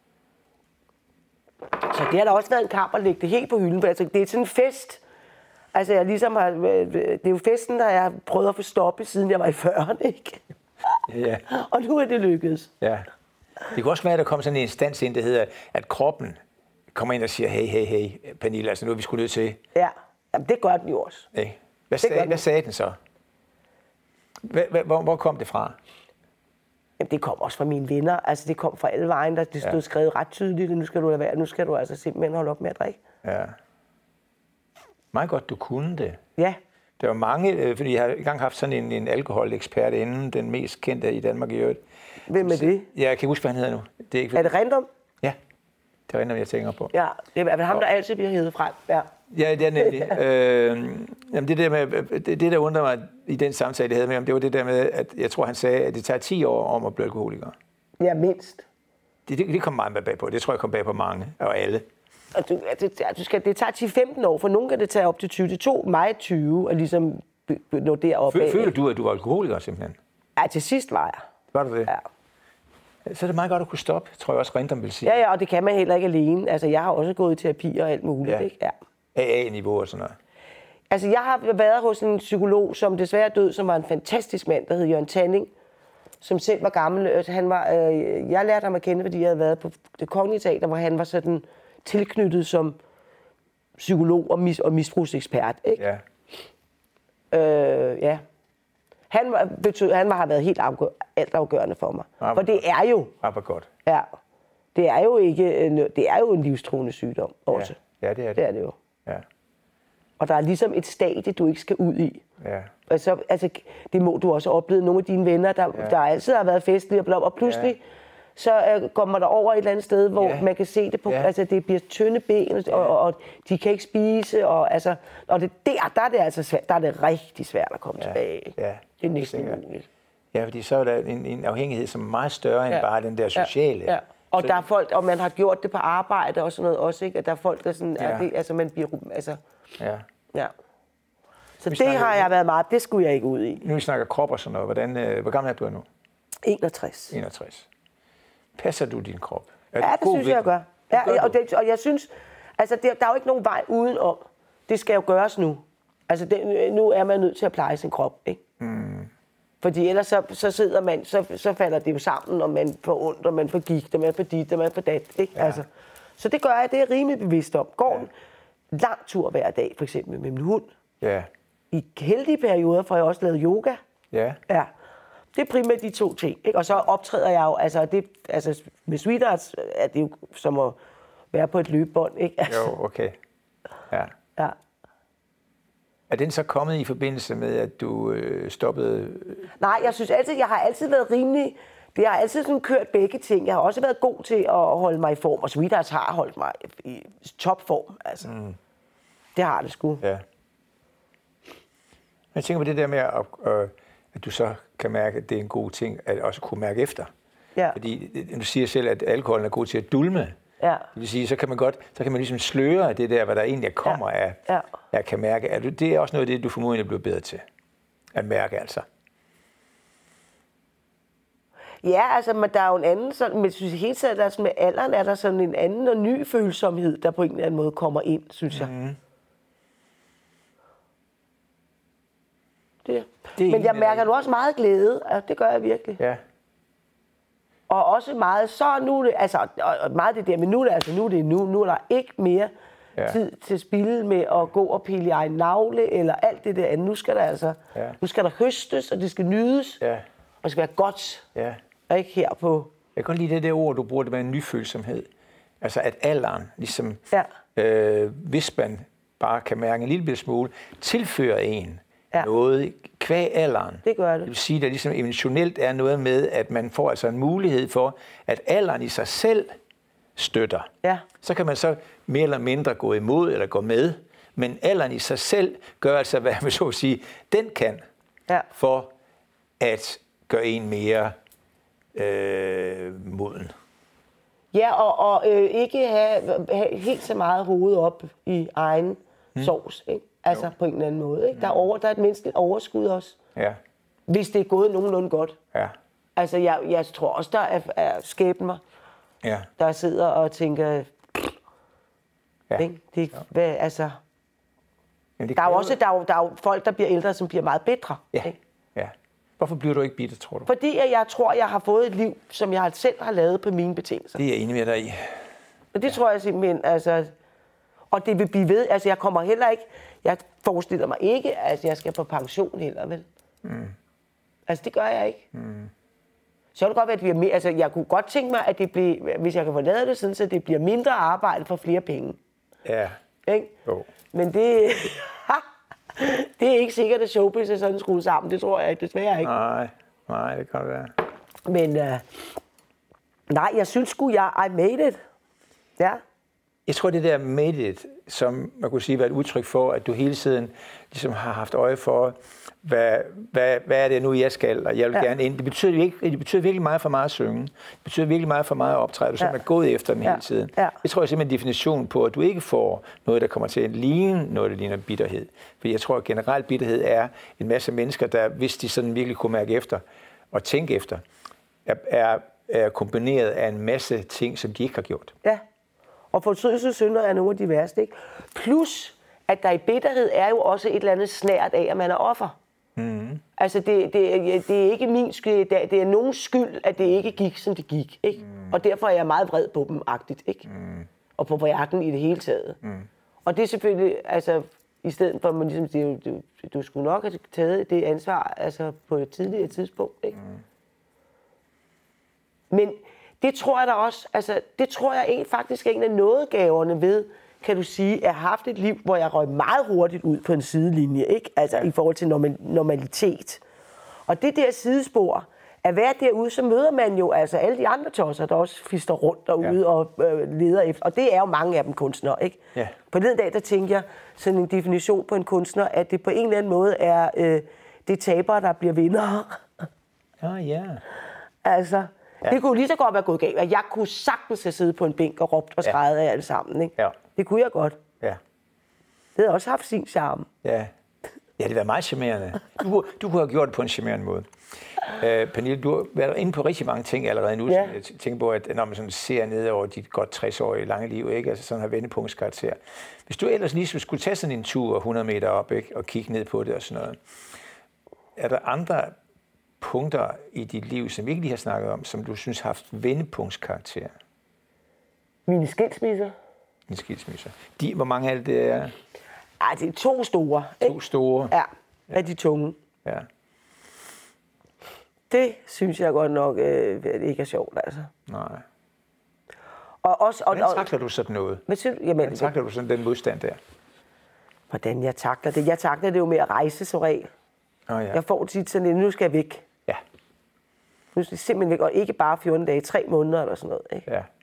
Så det har da også været en kamp at lægge det helt på hylden, altså det er sådan en fest. Altså jeg ligesom har, det er jo festen, der jeg har prøvet at få stoppet, siden jeg var i 40'erne, ikke? Ja. Og nu er det lykkedes. Ja. Det kunne også være, at der kom sådan en instans ind, der hedder, at kroppen kommer ind og siger, hey, Pernille, altså nu er vi sgu nødt til. Ja, jamen, det gør den jo også. Hey. Hvad sagde den så? Hvor kom det fra? Jamen, det kom også fra mine venner. Altså, det kom fra alle vejen. Det stod skrevet ret tydeligt, at nu skal du lade være. Nu skal du altså simpelthen holde op med at drikke. Ja. Meget godt, du kunne det. Ja. Der var mange, fordi jeg har engang haft sådan en alkoholekspert inden, den mest kendte i Danmark i øvrigt. Hvem er det? Ja, jeg kan huske, hvad han hedder nu. Det er, ikke... er det Random? Ja, det er Random, jeg tænker på. Ja, det er ham, der altid bliver hævet frem. Ja, det er nemlig. Jamen det der undrer mig i den samtale, jeg havde med ham, det var det der med, at jeg tror, han sagde, at det tager 10 år om at blive alkoholiker. Ja, mindst. Det kom meget bag på. Det tror jeg kom bag på mange og alle. Og det tager 10-15 år, for nogen kan det tage op til 20. Det tog mig 20 og ligesom nå deroppe. Føler du, at du var alkoholiker simpelthen? Ja, til sidst var jeg. Var du det? Ja. Så er det meget godt at kunne stoppe, tror jeg også Rindom vil sige. Ja, og det kan man heller ikke alene. Altså, jeg har også gået i terapi og alt muligt, ikke? Ja. AA-niveau og sådan noget. Altså, jeg har været hos en psykolog, som desværre død, som var en fantastisk mand, der hed Jørgen Tanning, som selv var gammel. Jeg lærte ham at kende, fordi jeg havde været på Det Kongelige Teater, hvor han var sådan tilknyttet som psykolog og misbrugsekspert, ikke? Ja. Ja. Han har været helt altafgørende for mig. Ja, for det er jo... Ja, hvor godt. Ja. Det er jo ikke... Det er jo en livstruende sygdom også. Ja, det er det. Det er det jo. Ja. Og der er ligesom et stadie, du ikke skal ud i. Ja. Altså, det må du også opleve. Nogle af dine venner, der altid har været festlige og pludselig... Så kommer der over et eller andet sted, hvor man kan se det på, altså det bliver tynde ben, og de kan ikke spise, og det, der er det altså svært, der er det rigtig svært at komme tilbage. Ja. Det er næsten umuligt. Ja, fordi så er der en afhængighed, som er meget større end bare den der sociale. Ja. Og der er folk, og man har gjort det på arbejde og sådan noget også, ikke? At der er folk, der sådan, det, altså man bliver, altså... Ja. Så det har jeg været meget, det skulle jeg ikke ud i. Nu vi snakker krop og sådan noget, hvor gammel er du nu? 61. 61. Passer du din krop? Ja, det synes jeg gør. Ja, og jeg synes, altså der er jo ikke nogen vej udenom. Det skal jo gøres nu. Altså nu er man nødt til at pleje sin krop, ikke? Fordi ellers så sidder man, så falder det jo sammen, og man får ondt, og man får gigt, og man får dit, og man får dat, ikke? Ja. Altså, så det gør jeg, det er jeg rimelig bevidst om. Går en lang tur hver dag, for eksempel med min hund. Ja. I heldige perioder får jeg også lavet yoga. Ja. Ja. Det er primært de 2 ting, ikke? Og så optræder jeg jo, altså med Sweethearts er det jo som at være på et løbebånd, ikke? Altså. Jo, okay. Ja. Er den så kommet i forbindelse med, at du stoppede? Nej, jeg har altid været rimelig... Det har altid sådan kørt begge ting. Jeg har også været god til at holde mig i form, og Sweethearts har holdt mig i topform, altså. Det har det sgu. Ja. Jeg tænker på det der med, at du så kan mærke, at det er en god ting, at også kunne mærke efter. Ja. Fordi du siger selv, at alkoholen er god til at dulme. Ja. Det vil sige, så kan man ligesom sløre det der, hvad der egentlig kommer af, jeg kan mærke. Det er også noget af det, du formodentlig bliver bedre til. At mærke altså. Ja, altså, men der er jo en anden sådan, men jeg synes helt sikkert, at med alderen er der sådan en anden og ny følsomhed, der på en eller anden måde kommer ind, synes jeg. Men jeg mærker nu også meget glæde, altså, det gør jeg virkelig. Ja. Og også meget, så nu er det, altså, meget det der, men nu er det nu er der ikke mere tid til spil med at gå og pille i egen navle, eller alt det der andet. Nu skal der høstes, og det skal nydes, og det skal være godt. Ja. Og ikke her på... Jeg kan godt lide det der ord, du bruger, det med en nyfølsomhed. Altså at alderen, ligesom, hvis man bare kan mærke en lille smule, tilfører en noget kvæg alderen. Det gør det. Det vil sige, at der ligesom eventuelt er noget med, at man får altså en mulighed for, at alderen i sig selv støtter. Ja. Så kan man så mere eller mindre gå imod eller gå med, men alderen i sig selv gør altså, hvad man så at sige, den kan for at gøre en mere moden. Ja, og ikke have helt så meget hovedet op i egen sovs, ikke? Altså på en eller anden måde, ikke? Der er et menneskeligt overskud også. Ja. Hvis det er gået nogenlunde godt. Ja. Altså jeg tror også, der er skæbner, der sidder og tænker, ikke? Altså... Der er jo folk, der bliver ældre, som bliver meget bedre. Ja. Ikke? Ja. Hvorfor bliver du ikke bitter, tror du? Fordi jeg tror, jeg har fået et liv, som jeg selv har lavet på mine betingelser. Det er jeg enig med dig i. Og det tror jeg simpelthen, altså... Og det vil blive ved. Altså, jeg kommer heller ikke... Jeg forestiller mig ikke, at jeg skal på pension heller, vel? Altså, det gør jeg ikke. Så kan det godt være, at det bliver mere... Altså, jeg kunne godt tænke mig, at det bliver... Hvis jeg kan få lavet det sådan, så det bliver mindre arbejde for flere penge. Ja. Ikke? Jo. Men det... Det er ikke sikkert, at showbiz er sådan skruet sammen. Det tror jeg desværre ikke. Nej, det kan være. Men nej, jeg synes sgu, I made it. Ja. Jeg tror, det der made it, som man kunne sige var et udtryk for, at du hele tiden ligesom har haft øje for, hvad er det nu, jeg skal, og jeg vil gerne ind. Det betyder virkelig meget for mig at synge. Det betyder virkelig meget for mig at optræde. Du simpelthen er gået efter den hele tiden. Ja. Det tror jeg simpelthen er en definition på, at du ikke får noget, der kommer til at ligne noget, der ligner bitterhed. For jeg tror, at generelt bitterhed er en masse mennesker, der, hvis de sådan virkelig kunne mærke efter og tænke efter, er kombineret af en masse ting, som de ikke har gjort. Ja, og fortrydelsessynder er nogle af de værste, ikke? Plus, at der i bitterhed er jo også et eller andet snært af, at man er offer. Altså, det er ikke min skyld, det er nogens skyld, at det ikke gik, som det gik, ikke? Og derfor er jeg meget vred på dem, agtigt, ikke? Og på verden i det hele taget. Og det er selvfølgelig, altså, i stedet for, at man ligesom, du skulle nok have taget det ansvar, altså, på et tidligere tidspunkt, ikke? Men det tror jeg da også, altså, det tror jeg faktisk er en af nådegaverne ved, kan du sige, at jeg har haft et liv, hvor jeg røg meget hurtigt ud på en sidelinje, ikke? Altså i forhold til normalitet. Og det der sidespor, at være derude, så møder man jo altså alle de andre tosser, der også fister rundt derude og leder efter. Og det er jo mange af dem kunstnere, ikke? Ja. På den dag, der tænker jeg sådan en definition på en kunstner, at det på en eller anden måde er det tabere, der bliver vindere. Ja. Altså, det kunne lige så godt være gået galt. Jeg kunne sagtens have siddet på en bænk og råbt og skreget af alle sammen. Ikke? Ja. Det kunne jeg godt. Ja. Det havde også haft sin charme. Ja, det var meget charmerende. Du kunne have gjort det på en charmerende måde. Pernille, du har været inde på rigtig mange ting allerede nu. Ja. Jeg tænker på, at når man sådan ser ned over dit godt 60-årige lange liv, ikke? Altså sådan har vendepunktskarakter. Hvis du ellers lige skulle tage sådan en tur 100 meter op, ikke? Og kigge ned på det og sådan noget, er der andre punkter i dit liv, som vi ikke lige har snakket om, som du synes har haft vendepunktskarakter? Mine skilsmisser. Mine skilsmisser. Hvor mange af det er? Ej, det er 2 store. 2 store? Ja, af de tunge. Ja. Det synes jeg godt nok ikke er sjovt, altså. Nej. Hvordan takler du sådan noget? Hvordan takler du sådan den modstand der? Hvordan jeg takler det? Jeg takler det jo med at rejse som regel. Ja. Jeg får tit sådan en, nu skal jeg væk. Ja. Nu skal jeg simpelthen væk, og ikke bare 14 dage, 3 måneder eller sådan noget. Ikke? Ja.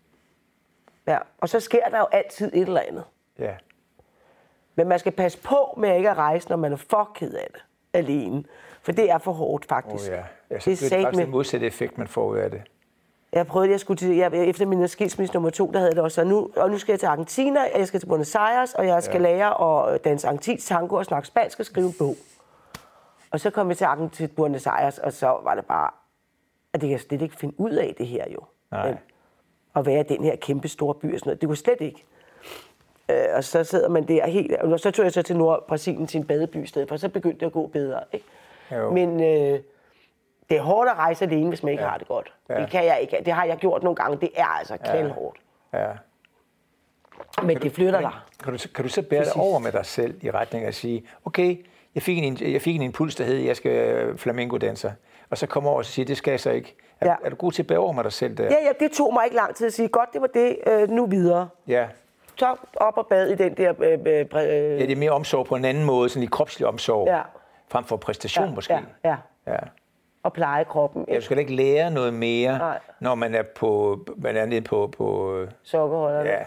Ja, og så sker der jo altid et eller andet. Ja. Men man skal passe på med ikke at rejse, når man er for ked af det alene. For det er for hårdt, faktisk. Ja, så det er faktisk den modsatte effekt, man får ud af det. Jeg prøvede, efter min skilsmisse nummer 2, der havde det også, nu skal jeg til Argentina, jeg skal til Buenos Aires, og jeg skal lære at danse argentinsk tango og snakke spansk og skrive en bog. Og så kom jeg til Buenos Aires, og så var det bare, at det kan jeg slet ikke finde ud af det her jo. Nej. At være den her kæmpe store by og sådan noget. Det kunne slet ikke. Og så sidder man der helt, og så tog jeg så til Nordbrasilien til en badeby i stedet for, så begyndte det at gå bedre. Ikke? Men det er hårdt at rejse alene, hvis man ikke har det godt. Ja. Det kan jeg ikke. Det har jeg gjort nogle gange. Det er altså knaldhårdt. Ja. Men det flytter dig. Kan du så bære det over med dig selv i retning af at sige, okay, jeg fik en impuls, der hed, jeg skal flamenco-danser. Og så kommer over og siger, det skal jeg så ikke. Er du god til at bære over med dig selv der? Ja, det tog mig ikke lang tid at sige, godt, det var det, nu videre. Ja. Så op og bad i den der... Ja, det er mere omsorg på en anden måde, sådan i kropslig omsorg, frem for præstation måske. Ja. Og pleje kroppen. Ja, du skal ikke lære noget mere, når man er nede på sokkerholderne. Ja.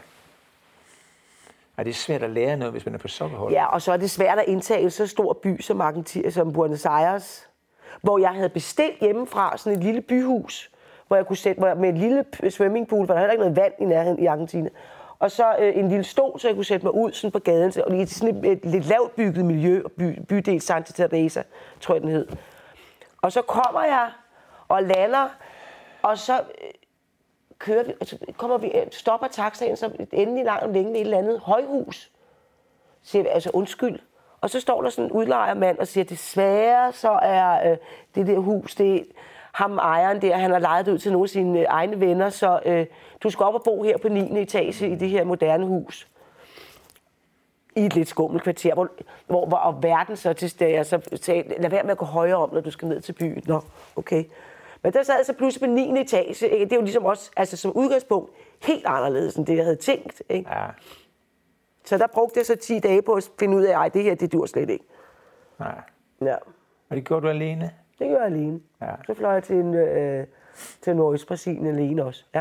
Og det er svært at lære noget, hvis man er på sokkerholderne. Ja, og så er det svært at indtage en så stor by som Argentina, som Buenos Aires, hvor jeg havde bestilt hjemmefra sådan et lille byhus, hvor jeg kunne sætte med en lille swimmingpool, for der er heller ikke noget vand i nærheden i Argentina. Og så en lille stol, så jeg kunne sætte mig ud sådan på gaden, og i sådan et lidt lavt bygget miljø, bydel Santa Teresa, tror jeg den hed. Og så kommer jeg og lander, og så kører vi, og så stopper taxaen, så endelig langt om længe et eller andet højhus. Så siger vi, altså undskyld. Og så står der sådan en udlejermand og siger, desværre så er det der hus, det ham ejeren der, han har lejet det ud til nogle af sine egne venner, så du skal op og bo her på 9. etage i det her moderne hus. I et lidt skummelt kvarter, hvor verden så til stedet, så sagde, lad være med at gå højere om, når du skal ned til byen. Nå, okay. Men der sad jeg så pludselig på 9. etage, ikke? Det er jo ligesom også, altså som udgangspunkt, helt anderledes end det, jeg havde tænkt. Ikke? Ja. Så der brugte jeg så 10 dage på at finde ud af, at det her, det dur slet ikke. Nej. Ja. Og det gjorde du alene? Det gjorde jeg alene. Ja. Så fløj jeg til Nordøstbrasilien alene også. Ja.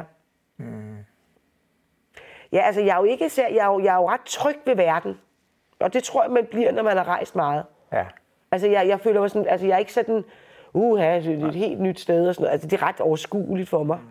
Ja, altså jeg er jo ret tryg ved verden. Og det tror jeg, man bliver, når man har rejst meget. Ja. Altså jeg føler mig sådan, altså jeg er ikke sådan, det er et helt nyt sted og sådan noget. Altså det er ret overskueligt for mig.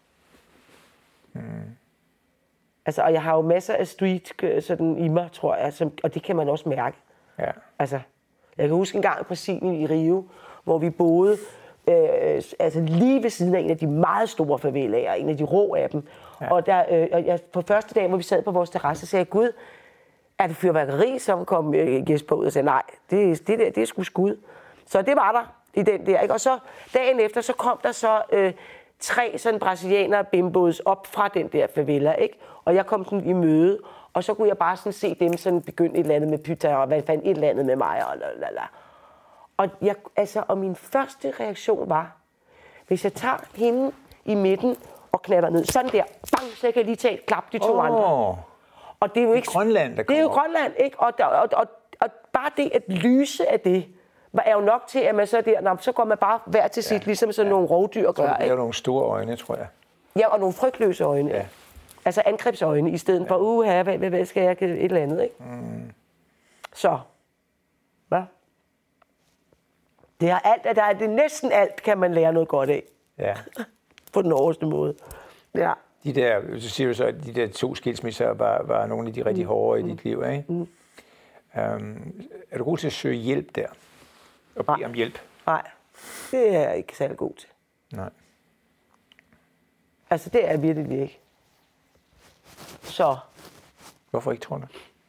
Altså, og jeg har jo masser af street sådan i mig, tror jeg, og det kan man også mærke. Ja. Altså, jeg kan huske en gang i Brasilien i Rio, hvor vi boede altså lige ved siden af en af de meget store favelaer, en af de rå af dem. Ja. Og der, på første dag, hvor vi sad på vores terrasse, sagde jeg, Gud, er det fyrværkeri? Så kom Jesper ud og sagde, nej, det er sgu skud. Så det var der i den der, ikke? Og så dagen efter, så kom der så 3 sådan brasilianere bimbos op fra den der favela, ikke? Og jeg kom sådan i møde, og så kunne jeg bare sådan se dem sådan begynde et eller andet med pytter, og hvad fanden et eller andet med mig, og lalala. Og min første reaktion var, hvis jeg tager hende i midten og knatter ned, sådan der, bang, så jeg kan lige tage et klap de 2 andre. Og det er jo ikke Grønland, der kommer. Det er jo Grønland, ikke? Og bare det at lyse af det, er jo nok til, at man så der, så går man bare hver til sit, ligesom sådan nogle rovdyr gør, ikke? Det er nogle store øjne, tror jeg. Ja, og nogle frygtløse øjne. Ja. Altså angrebsøjne, i stedet for, hvad skal jeg, et eller andet, ikke? Så. Hvad? Det er alt, det er næsten alt, kan man lære noget godt af. Ja. På den hårdeste måde. Ja. Så siger du så, at de der 2 skilsmisser var nogle af de rigtig hårde i dit liv, ikke? Er du god til at søge hjælp der? Og bede om hjælp? Nej, det er jeg ikke særlig god til. Nej. Altså, det er jeg virkelig ikke. Så. Hvorfor ikke, tror du?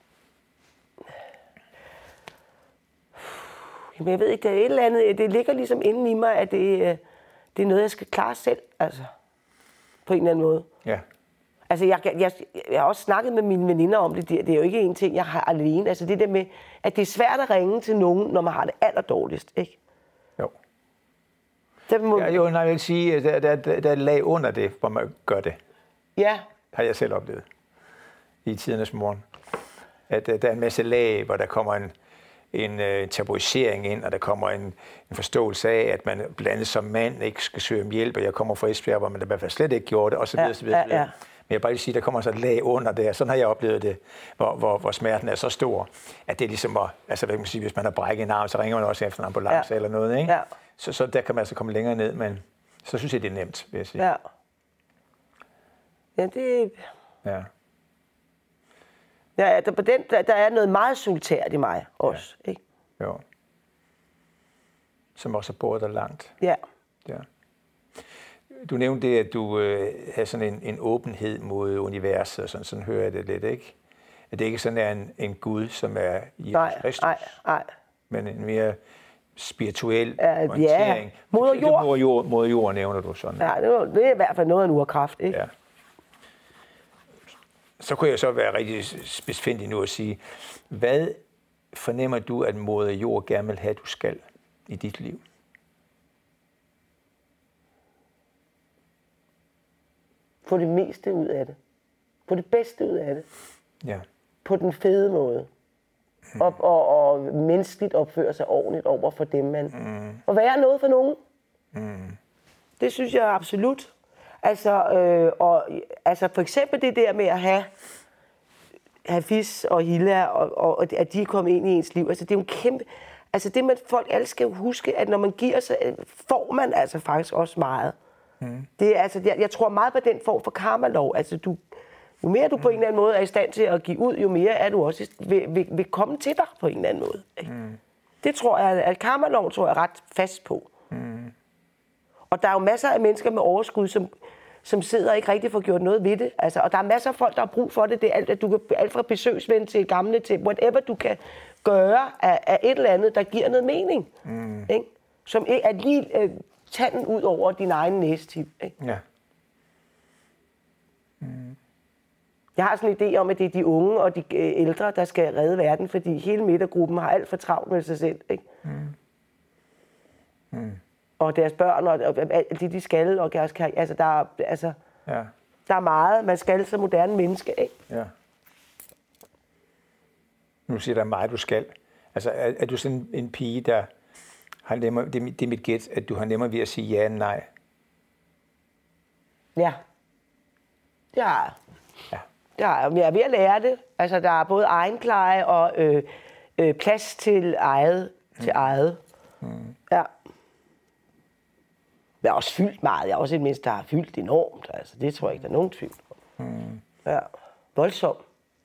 Jamen, jeg ved ikke, det er et eller andet. Det ligger ligesom inden i mig, at det er noget, jeg skal klare selv, altså. På en eller anden måde. Ja. Altså, jeg har også snakket med mine veninder om det. Det er jo ikke en ting, jeg har alene. Altså, det der med, at det er svært at ringe til nogen, når man har det allerdårligst, ikke? Jo. Jeg vil sige, at der er lag under det, hvor man gør det. Ja. Har jeg selv oplevet i tidernes morgen. At der er en masse lag, hvor der kommer en tabuisering ind, og der kommer en forståelse af, at man blandt andet som mand ikke skal søge om hjælp, og jeg kommer fra Esbjerg, hvor man i hvert fald slet ikke gjorde det, og så videre, så videre. Ja. Men jeg bare lige sige, at der kommer så et lag under det, sådan har jeg oplevet det, hvor smerten er så stor, at det er ligesom, altså hvad kan man sige, hvis man har brækket en arm, så ringer man også efter en ambulance eller noget, ikke? Ja. Så der kan man altså komme længere ned, men så synes jeg, det er nemt, vil jeg sige. Ja. Ja, det... Ja. Ja, der er noget meget solitært i mig også, ikke? Jo. Som også bor der langt. Ja. Ja. Du nævnte det, at du havde sådan en åbenhed mod universet, og sådan hører jeg det lidt, ikke? At det ikke sådan er en Gud, som er Jesus Kristus, nej. men en mere spirituel orientering. Ja, moder jord. Moder jord nævner du sådan. Ja, det er i hvert fald noget af en urkraft, ikke? Ja. Så kunne jeg så være rigtig spidsfindig nu og sige, hvad fornemmer du, at moder jord gerne vil have, du skal i dit liv? Få det meste ud af det. Få det bedste ud af det. Ja. På den fede måde. Og menneskeligt opføre sig ordentligt over for dem, man... Og være noget for nogen. Det synes jeg absolut. Altså for eksempel det der med at have Fis og Hilla, og at de er kommet ind i ens liv. Altså det er jo en kæmpe... Altså det med folk alle skal huske, at når man giver sig, får man altså faktisk også meget. Det er, altså, jeg tror meget på den form for karma-lov. Altså jo mere du på en eller anden måde er i stand til at give ud, jo mere er du også vil komme til dig på en eller anden måde. Det tror jeg, at karma-lov tror jeg ret fast på. Og der er jo masser af mennesker med overskud, som sidder og ikke rigtig får gjort noget ved det. Altså, og der er masser af folk, der har brug for det. Det er alt, at du kan alt fra besøgsven til gamle til whatever du kan gøre af et eller andet, der giver noget mening. Ikke? Som er lige tanden ud over din egen næsetip. Ja. Jeg har sådan en idé om, at det er de unge og de ældre, der skal redde verden, fordi hele midtergruppen har alt for travlt med sig selv. Ikke? Og deres børn og alt det, de skal, og deres karriere. Altså, der er meget, man skal som moderne menneske, ikke? Ja. Nu siger der meget, du skal. Altså, er du sådan en pige, der har nemmere, det er mit gæt, at du har nemmere ved at sige ja eller nej? Ja. Det har jeg. Ja. Det har jeg. Jeg er ved at lære det. Altså, der er både egenpleje og plads til eget. Ja. Jeg har også fyldt meget. Jeg er også et menneske, der har fyldt enormt. Altså, det tror jeg ikke, der er nogen tvivl om. Ja. Voldsomt.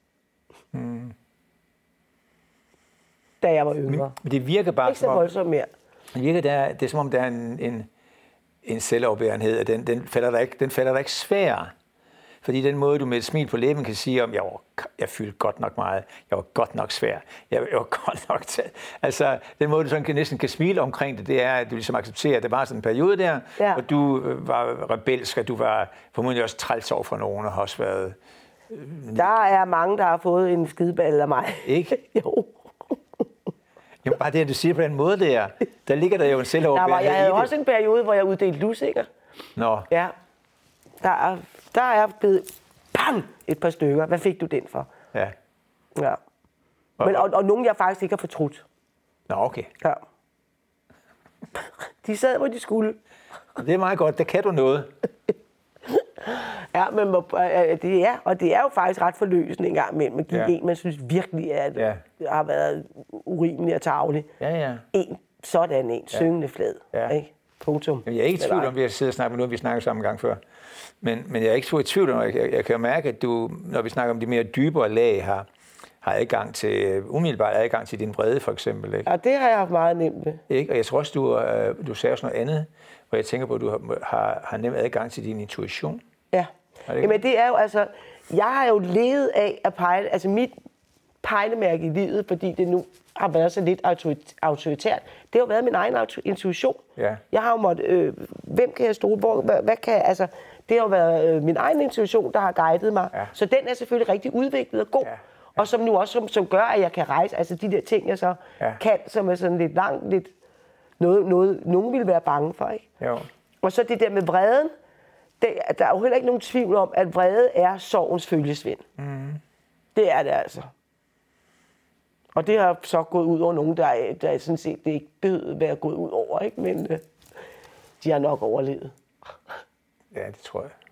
Da jeg var yngre. Men det virker bare ikke så voldsomt mere. Det virker, det er som om, der er en selvoverbærenhed, at den falder der ikke svær. Fordi den måde, du med et smil på læben kan sige om, jeg fyldte godt nok meget, jeg var godt nok svær, jeg var godt nok altså, den måde, du sådan næsten kan smile omkring det er, at du ligesom accepterer, at det var sådan en periode der, hvor du var rebelsk, og du var formodentlig også træls over for nogen, og har også været... Der er mange, der har fået en skideball af mig. Ikke? Jo. Jamen bare det, at du siger på den måde der ligger der jo en selvoverbærenhed. Jeg havde også en periode, hvor jeg uddelte lusinger. Nå. Ja. Der er blevet et par stykker. Hvad fik du den for? Ja. Ja. Men, og nogen, jeg faktisk ikke har fortrudt. Nå, okay. Ja. De sad, hvor de skulle. Det er meget godt. Der kan du noget. Ja, men det er jo faktisk ret forløsende en gang imellem at give en, man synes virkelig har været urimelig og tarvelig. Ja. En sådan en syngende flad. Ja. Ikke? Punktum. Jeg er ikke i tvivl om, vi har siddet og snakket, nu har vi snakket sammen en gang før. Men jeg er ikke så i tvivl om, jeg kan mærke, at du, når vi snakker om de mere dybere lag, har umiddelbart adgang til din vrede, for eksempel. Ikke? Ja, det har jeg haft meget nemt med. Ikke? Og jeg tror også, du sagde også noget andet, hvor jeg tænker på, at du har nemt adgang til din intuition. Ja. Jamen det er jo altså, jeg har jo levet af at pejle, altså mit pejlemærke i livet, fordi det nu har været så lidt autoritært, det har jo været min egen intuition. Ja. Jeg har jo måttet, hvem kan jeg stole på, hvad kan jeg, altså, det har jo været min egen intuition, der har guidet mig. Ja. Så den er selvfølgelig rigtig udviklet og god. Ja. Og som nu også, som gør, at jeg kan rejse, altså de der ting, jeg så kan, som er sådan lidt langt, lidt noget nogen ville være bange for, ikke? Jo. Og så det der med vreden, der er jo heller ikke nogen tvivl om, at vrede er sorgens følgesvend. Mm. Det er det altså. Og det har så gået ud over nogen, der sådan set det ikke behøvede at være gået ud over, ikke? Men de har nok overlevet. Ja, det tror jeg.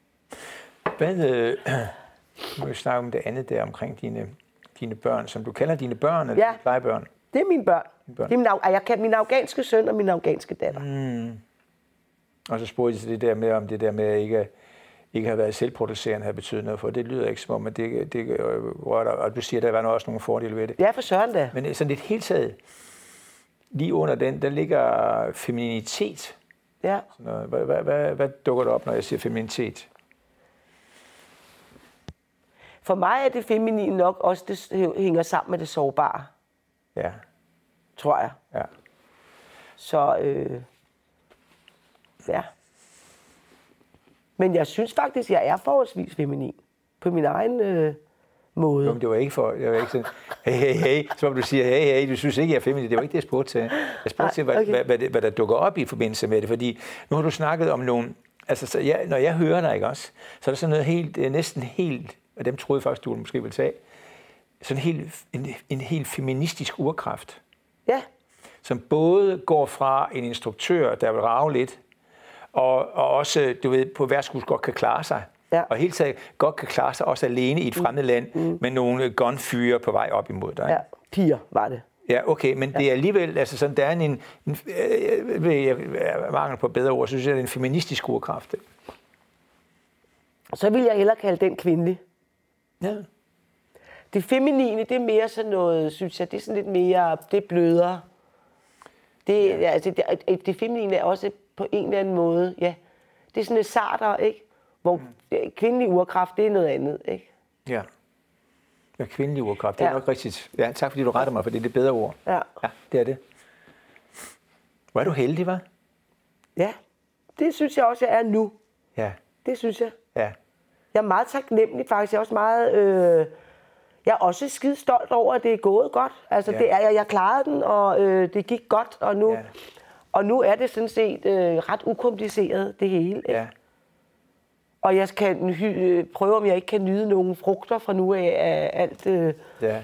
Nu vil vi snakke om det andet der omkring dine børn, som du kalder dine børn, eller dine plejebørn. Det er mine børn. Det er jeg kan min afghanske søn og min afghanske datter. Mm. Og så spurgte jeg det der med, om det der med ikke har været selvproducerende har betydet noget for. Det lyder ikke som om, at det rører dig. Og du siger, at der var også nogle fordele ved det. Ja, for søren da. Men sådan lidt helt taget, lige under den, der ligger femininitet. Ja. Hvad dukker der op, når jeg siger femininitet? For mig er det feminine nok også, det hænger sammen med det sårbare. Ja. Tror jeg. Ja. Så, ja. Men jeg synes faktisk, jeg er forholdsvis feminin. På min egen måde. Jo, men det var ikke sådan, hey, som du siger, hey, du synes ikke, jeg er feminin. Det var ikke det, jeg spurgte til. Jeg spurgte til, hvad der dukker op i forbindelse med det. Fordi nu har du snakket om nogle, altså når jeg hører dig, ikke også, så er der sådan noget helt, næsten helt, og dem troede jeg faktisk, du måske ville tage, sådan en helt feministisk urkraft. Ja. Som både går fra en instruktør, der vil rage lidt, og også, du ved, på værtshus godt kan klare sig. Ja. Og helt taget godt kan klare sig også alene i et fremmed land med nogle gunfyre på vej op imod dig. Ja, piger var det. Ja, okay, men det er alligevel, altså sådan, der er en mangel på bedre ord, så synes jeg, det er en feministisk urkraft. Så vil jeg hellere kalde den kvindelig. Ja. Det feminine, det er mere sådan noget, synes jeg, det er sådan lidt mere, det er blødere. Det feminine er også på en eller anden måde, ja, det er sådan lidt sartere, ikke? Hvor kvindelig urkraft, det er noget andet, ikke? Ja. Ja, kvindelig urkraft, det er nok rigtigt. Ja, tak fordi du retter mig, for det er det bedre ord. Ja. Ja, det er det. Hvor er du heldig, hva'? Ja, det synes jeg også, jeg er nu. Ja. Det synes jeg. Ja. Jeg er meget taknemmelig faktisk. Jeg er også meget... jeg er også skide stolt over, at det er gået godt. Altså, det er, jeg klarede den, og det gik godt, og nu er det sådan set ret ukompliceret, det hele. Ja. Og jeg kan prøve, om jeg ikke kan nyde nogle frugter fra nu af alt. Ja.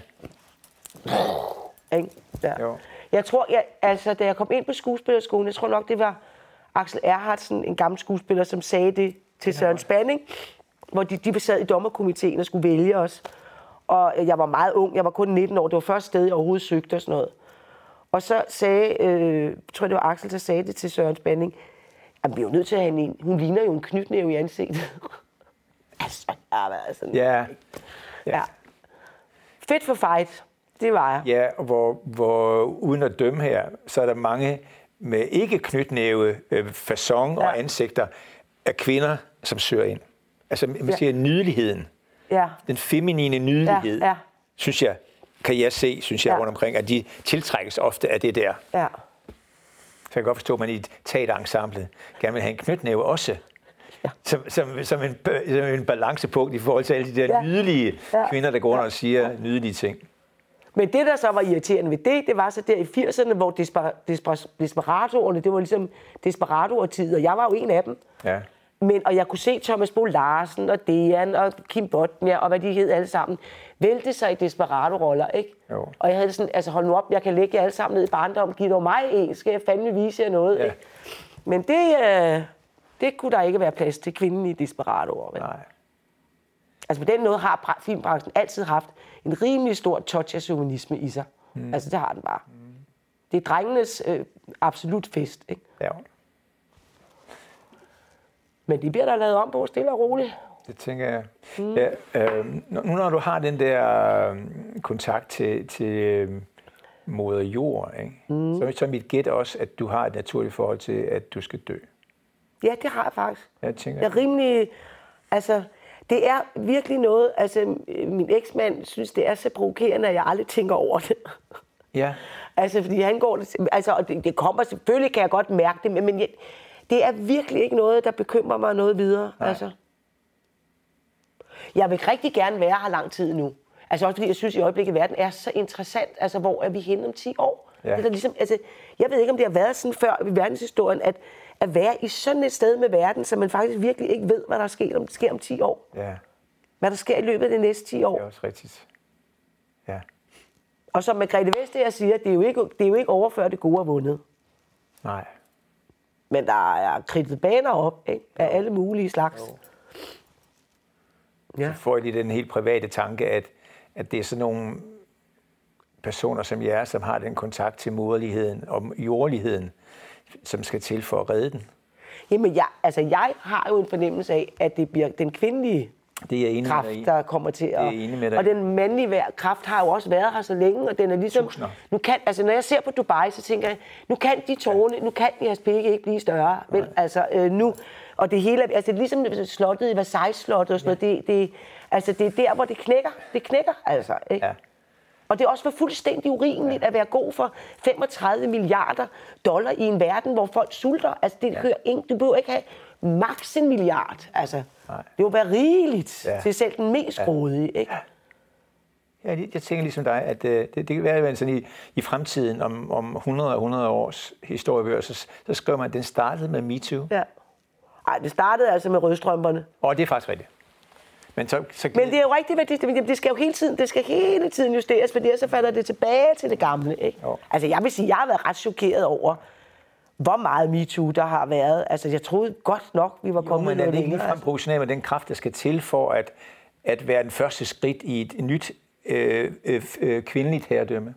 Ja. Jeg tror, da jeg kom ind på skuespillerskolen, jeg tror nok, det var Axel Erhardsen, en gammel skuespiller, som sagde det til Søren Spanning, hvor de sad i dommerkomiteen og skulle vælge os. Og jeg var meget ung, jeg var kun 19 år, det var første sted, jeg overhovedet søgte og sådan noget. Og så sagde, tror jeg det var Axel, der sagde det til Søren Spanning, at vi er jo nødt til at have en, hun ligner jo en knytnæve i ansigtet. Altså, jeg var sådan. Ja. Fedt for fight, det var jeg. Ja, og hvor uden at dømme her, så er der mange med ikke knytnæve, facon og ansigter af kvinder, som søger ind. Altså, man siger nydeligheden. Ja. Den feminine nydelighed, synes jeg, synes jeg rundt omkring, at de tiltrækkes ofte af det der. Ja. Så jeg kan godt forstå, at man i et teaterensemble gerne vil have en knytnæve også. Ja. Som en balancepunkt i forhold til alle de der nydelige kvinder, der går rundt og siger nydelige ting. Men det, der så var irriterende ved det var så der i 80'erne, hvor desperatoerne, det var ligesom desperatoer-tid, og jeg var jo en af dem. Ja. Og jeg kunne se Thomas Bo Larsen og Dejan og Kim Bodnia og hvad de hed alle sammen vælte sig i desperado-roller, ikke? Jo. Og jeg havde sådan, altså hold nu op, jeg kan lægge jer alle sammen ned i barndom, giv dog mig en, skal jeg fandme vise jer noget, ikke? Men det kunne der ikke være plads til kvinden i desperadoer, vel? Nej. Altså på den måde har filmbranchen altid haft en rimelig stor touch af chauvinisme i sig. Altså det har den bare. Det er drengenes absolut fest, ikke? Ja. Men det bliver der lavet om på, stille og roligt. Det tænker jeg. Ja, nu når du har den der kontakt til moder jord, ikke? Så er mit gæt også, at du har et naturligt forhold til, at du skal dø. Ja, det har jeg faktisk. Jeg tænker, jeg er rimelig... Altså, det er virkelig noget... Altså, min eksmand synes, det er så provokerende, at jeg aldrig tænker over det. Ja. Altså, fordi han går... Altså, og det kommer... Selvfølgelig kan jeg godt mærke det, men det er virkelig ikke noget, der bekymrer mig noget videre. Nej. Altså. Jeg vil rigtig gerne være her lang tid nu. Altså også fordi jeg synes i øjeblikket, at verden er så interessant. Altså, hvor er vi henne om 10 år? Ja. Det er ligesom, altså, jeg ved ikke, om det har været sådan før i verdenshistorien, at være i sådan et sted med verden, så man faktisk virkelig ikke ved, hvad der sker om 10 år. Ja. Hvad der sker i løbet af de næste 10 år. Det er også rigtigt. Ja. Og som Margrethe Vestager siger, det er jo ikke overført det gode og vundet. Nej. Men der er kridtet baner op, ikke? Af alle mulige slags. Jo. Ja. Så får jeg lige den helt private tanke, at det er sådan nogle personer som jer, som har den kontakt til moderligheden og jordligheden, som skal til for at redde den. Jamen, jeg har jo en fornemmelse af, at det bliver den kvindelige kraft, der kommer til at... Og den mandlige kraft har jo også været her så længe, og den er ligesom... Nu kan, altså, når jeg ser på Dubai, så tænker jeg, nu kan de tårne, nu kan jeres pikke ikke blive større. Vel? Altså, nu... Og det hele, altså ligesom slottet i Versailles-slottet og sådan noget, det er der, hvor det knækker. Det knækker, altså. Ikke? Ja. Og det er også for fuldstændig urimeligt at være god for 35 milliarder dollar i en verden, hvor folk sulter. Altså, det hører du behøver ikke have maks 1 milliard. Altså, det må være rigeligt til selv den mest grådige, ikke? Ja, jeg tænker ligesom dig, at det kan være sådan i fremtiden, om 100 års historiebøger, så skriver man, at den startede med MeToo. Ja. Nej, det startede altså med rødstrømperne. Og det er faktisk rigtigt. Men det er jo rigtigt, at det skal hele tiden justeres, fordi så falder det tilbage til det gamle. Ikke? Altså, jeg vil sige, jeg har været ret chokeret over, hvor meget MeToo der har været. Altså, jeg troede godt nok, vi var kommet noget længere. Men er det ikke ligefrem proportionalt med den kraft, der skal til for at være den første skridt i et nyt kvindeligt herredømme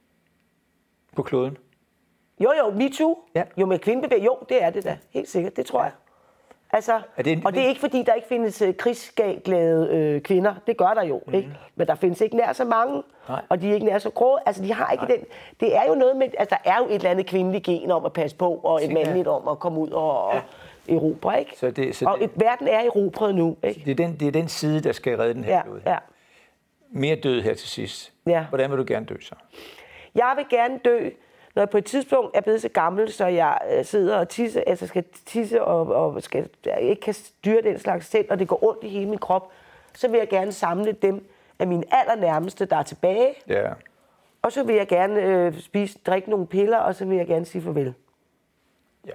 på kloden? Jo, MeToo. Ja. Jo, med kvindebevægelsen. Jo, det er det da. Helt sikkert, det tror jeg. Altså, og det er ikke fordi, der ikke findes krigsglade kvinder. Det gør der jo, ikke? Men der findes ikke nær så mange, og de er ikke nær så grå. Altså, de har ikke den... Det er jo noget med... Altså, der er jo et eller andet kvindeligt gen om at passe på, og et mandligt om at komme ud og erobre, ikke? Verden er erobret nu, ikke? Det er den side, der skal redde den her klode. Ja. Mere død her til sidst. Ja. Hvordan vil du gerne dø så? Jeg vil gerne dø... Når jeg på et tidspunkt er blevet så gammel, så jeg sidder og tisser, altså skal tisse og ikke kan styre den slags selv, og det går ondt i hele min krop, så vil jeg gerne samle dem af mine allernærmeste, der er tilbage. Ja. Og så vil jeg gerne drikke nogle piller, og så vil jeg gerne sige farvel. Ja.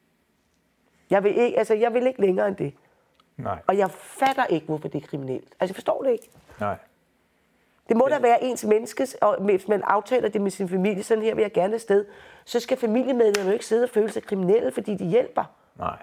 Jeg vil ikke længere end det. Nej. Og jeg fatter ikke, hvorfor det er kriminelt. Altså, jeg forstår det ikke. Nej. Det må da være ens menneskes, og hvis man aftaler det med sin familie, sådan her vil jeg gerne afsted, så skal familiemedlemmer ikke sidde og føle sig kriminelle, fordi de hjælper. Nej.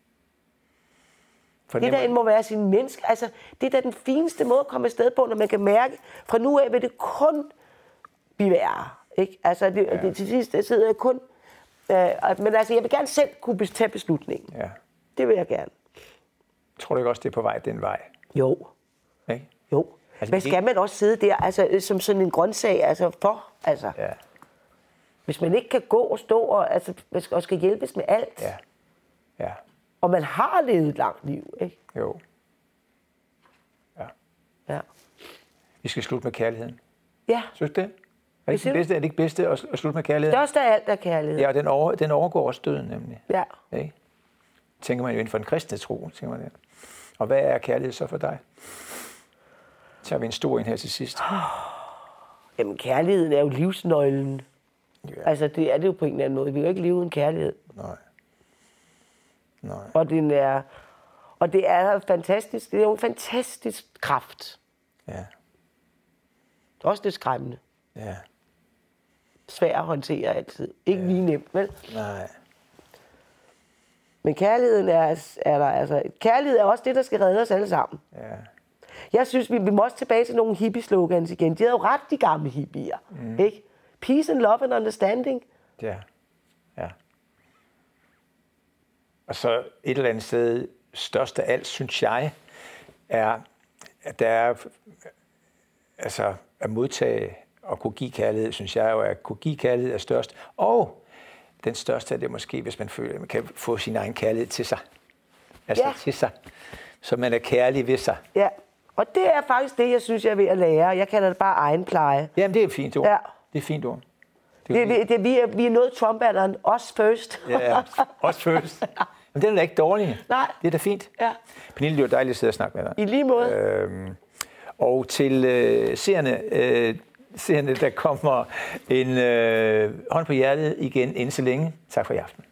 Det der må være sin menneske. Altså, det er da den fineste måde at komme afsted på, når man kan mærke, fra nu af vil det kun blive værre. Ikke? Altså, det til sidst sidder jeg kun... men altså, jeg vil gerne selv kunne tage beslutningen. Ja. Det vil jeg gerne. Tror du ikke også, det er på vej den vej? Jo. Okay. Jo. Altså, hvad skal man også sidde der, altså, som sådan en grøntsag, altså for, altså. Ja. Hvis man ikke kan gå og stå og skal hjælpes med alt. Ja. Ja. Og man har levet et langt liv, ikke? Jo. Ja. Ja. Vi skal slutte med kærligheden. Ja. Synes du det? Er det ikke bedste at slutte med kærligheden? Størst af alt er kærlighed. Ja, den overgår også døden, nemlig. Ja. Okay? Tænker man jo inden for den kristne tro, tænker man det. Og hvad er kærlighed så for dig? Så har vi en stor en her til sidst. Jamen, kærligheden er jo livsnøglen. Ja. Altså, det er det jo på en eller anden måde. Vi kan jo ikke leve uden kærlighed. Nej. Og det er fantastisk. Det er jo en fantastisk kraft. Ja. Også det skræmmende. Ja. Svær at håndtere altid. Ikke lige nemt, vel? Nej. Men kærligheden er der, altså... Kærlighed er også det, der skal redde os alle sammen. Ja. Jeg synes, vi må også tilbage til nogle hippie-slogans igen. De havde jo ret, de gamle hippier, ikke? Peace and love and understanding. Ja. Og så et eller andet sted, størst af alt, synes jeg, er, at der er, altså at modtage og kunne give kærlighed, synes jeg jo, at kunne give kærlighed er størst. Og den største er det måske, hvis man føler, at man kan få sin egen kærlighed til sig. Altså til sig. Så man er kærlig ved sig. Ja, og det er faktisk det, jeg synes, jeg er ved at lære. Jeg kalder det bare egenpleje. Jamen, det er et fint ord. Ja. Det er et fint ord. Vi er nået Trump-alderen. Us first. Ja, us first. Men det er da ikke dårligt. Nej. Det er da fint. Ja. Pernille, det var dejligt at sidde og snakke med dig. I lige måde. Og til seerne, der kommer en hånd på hjertet igen inden så længe. Tak for i aften.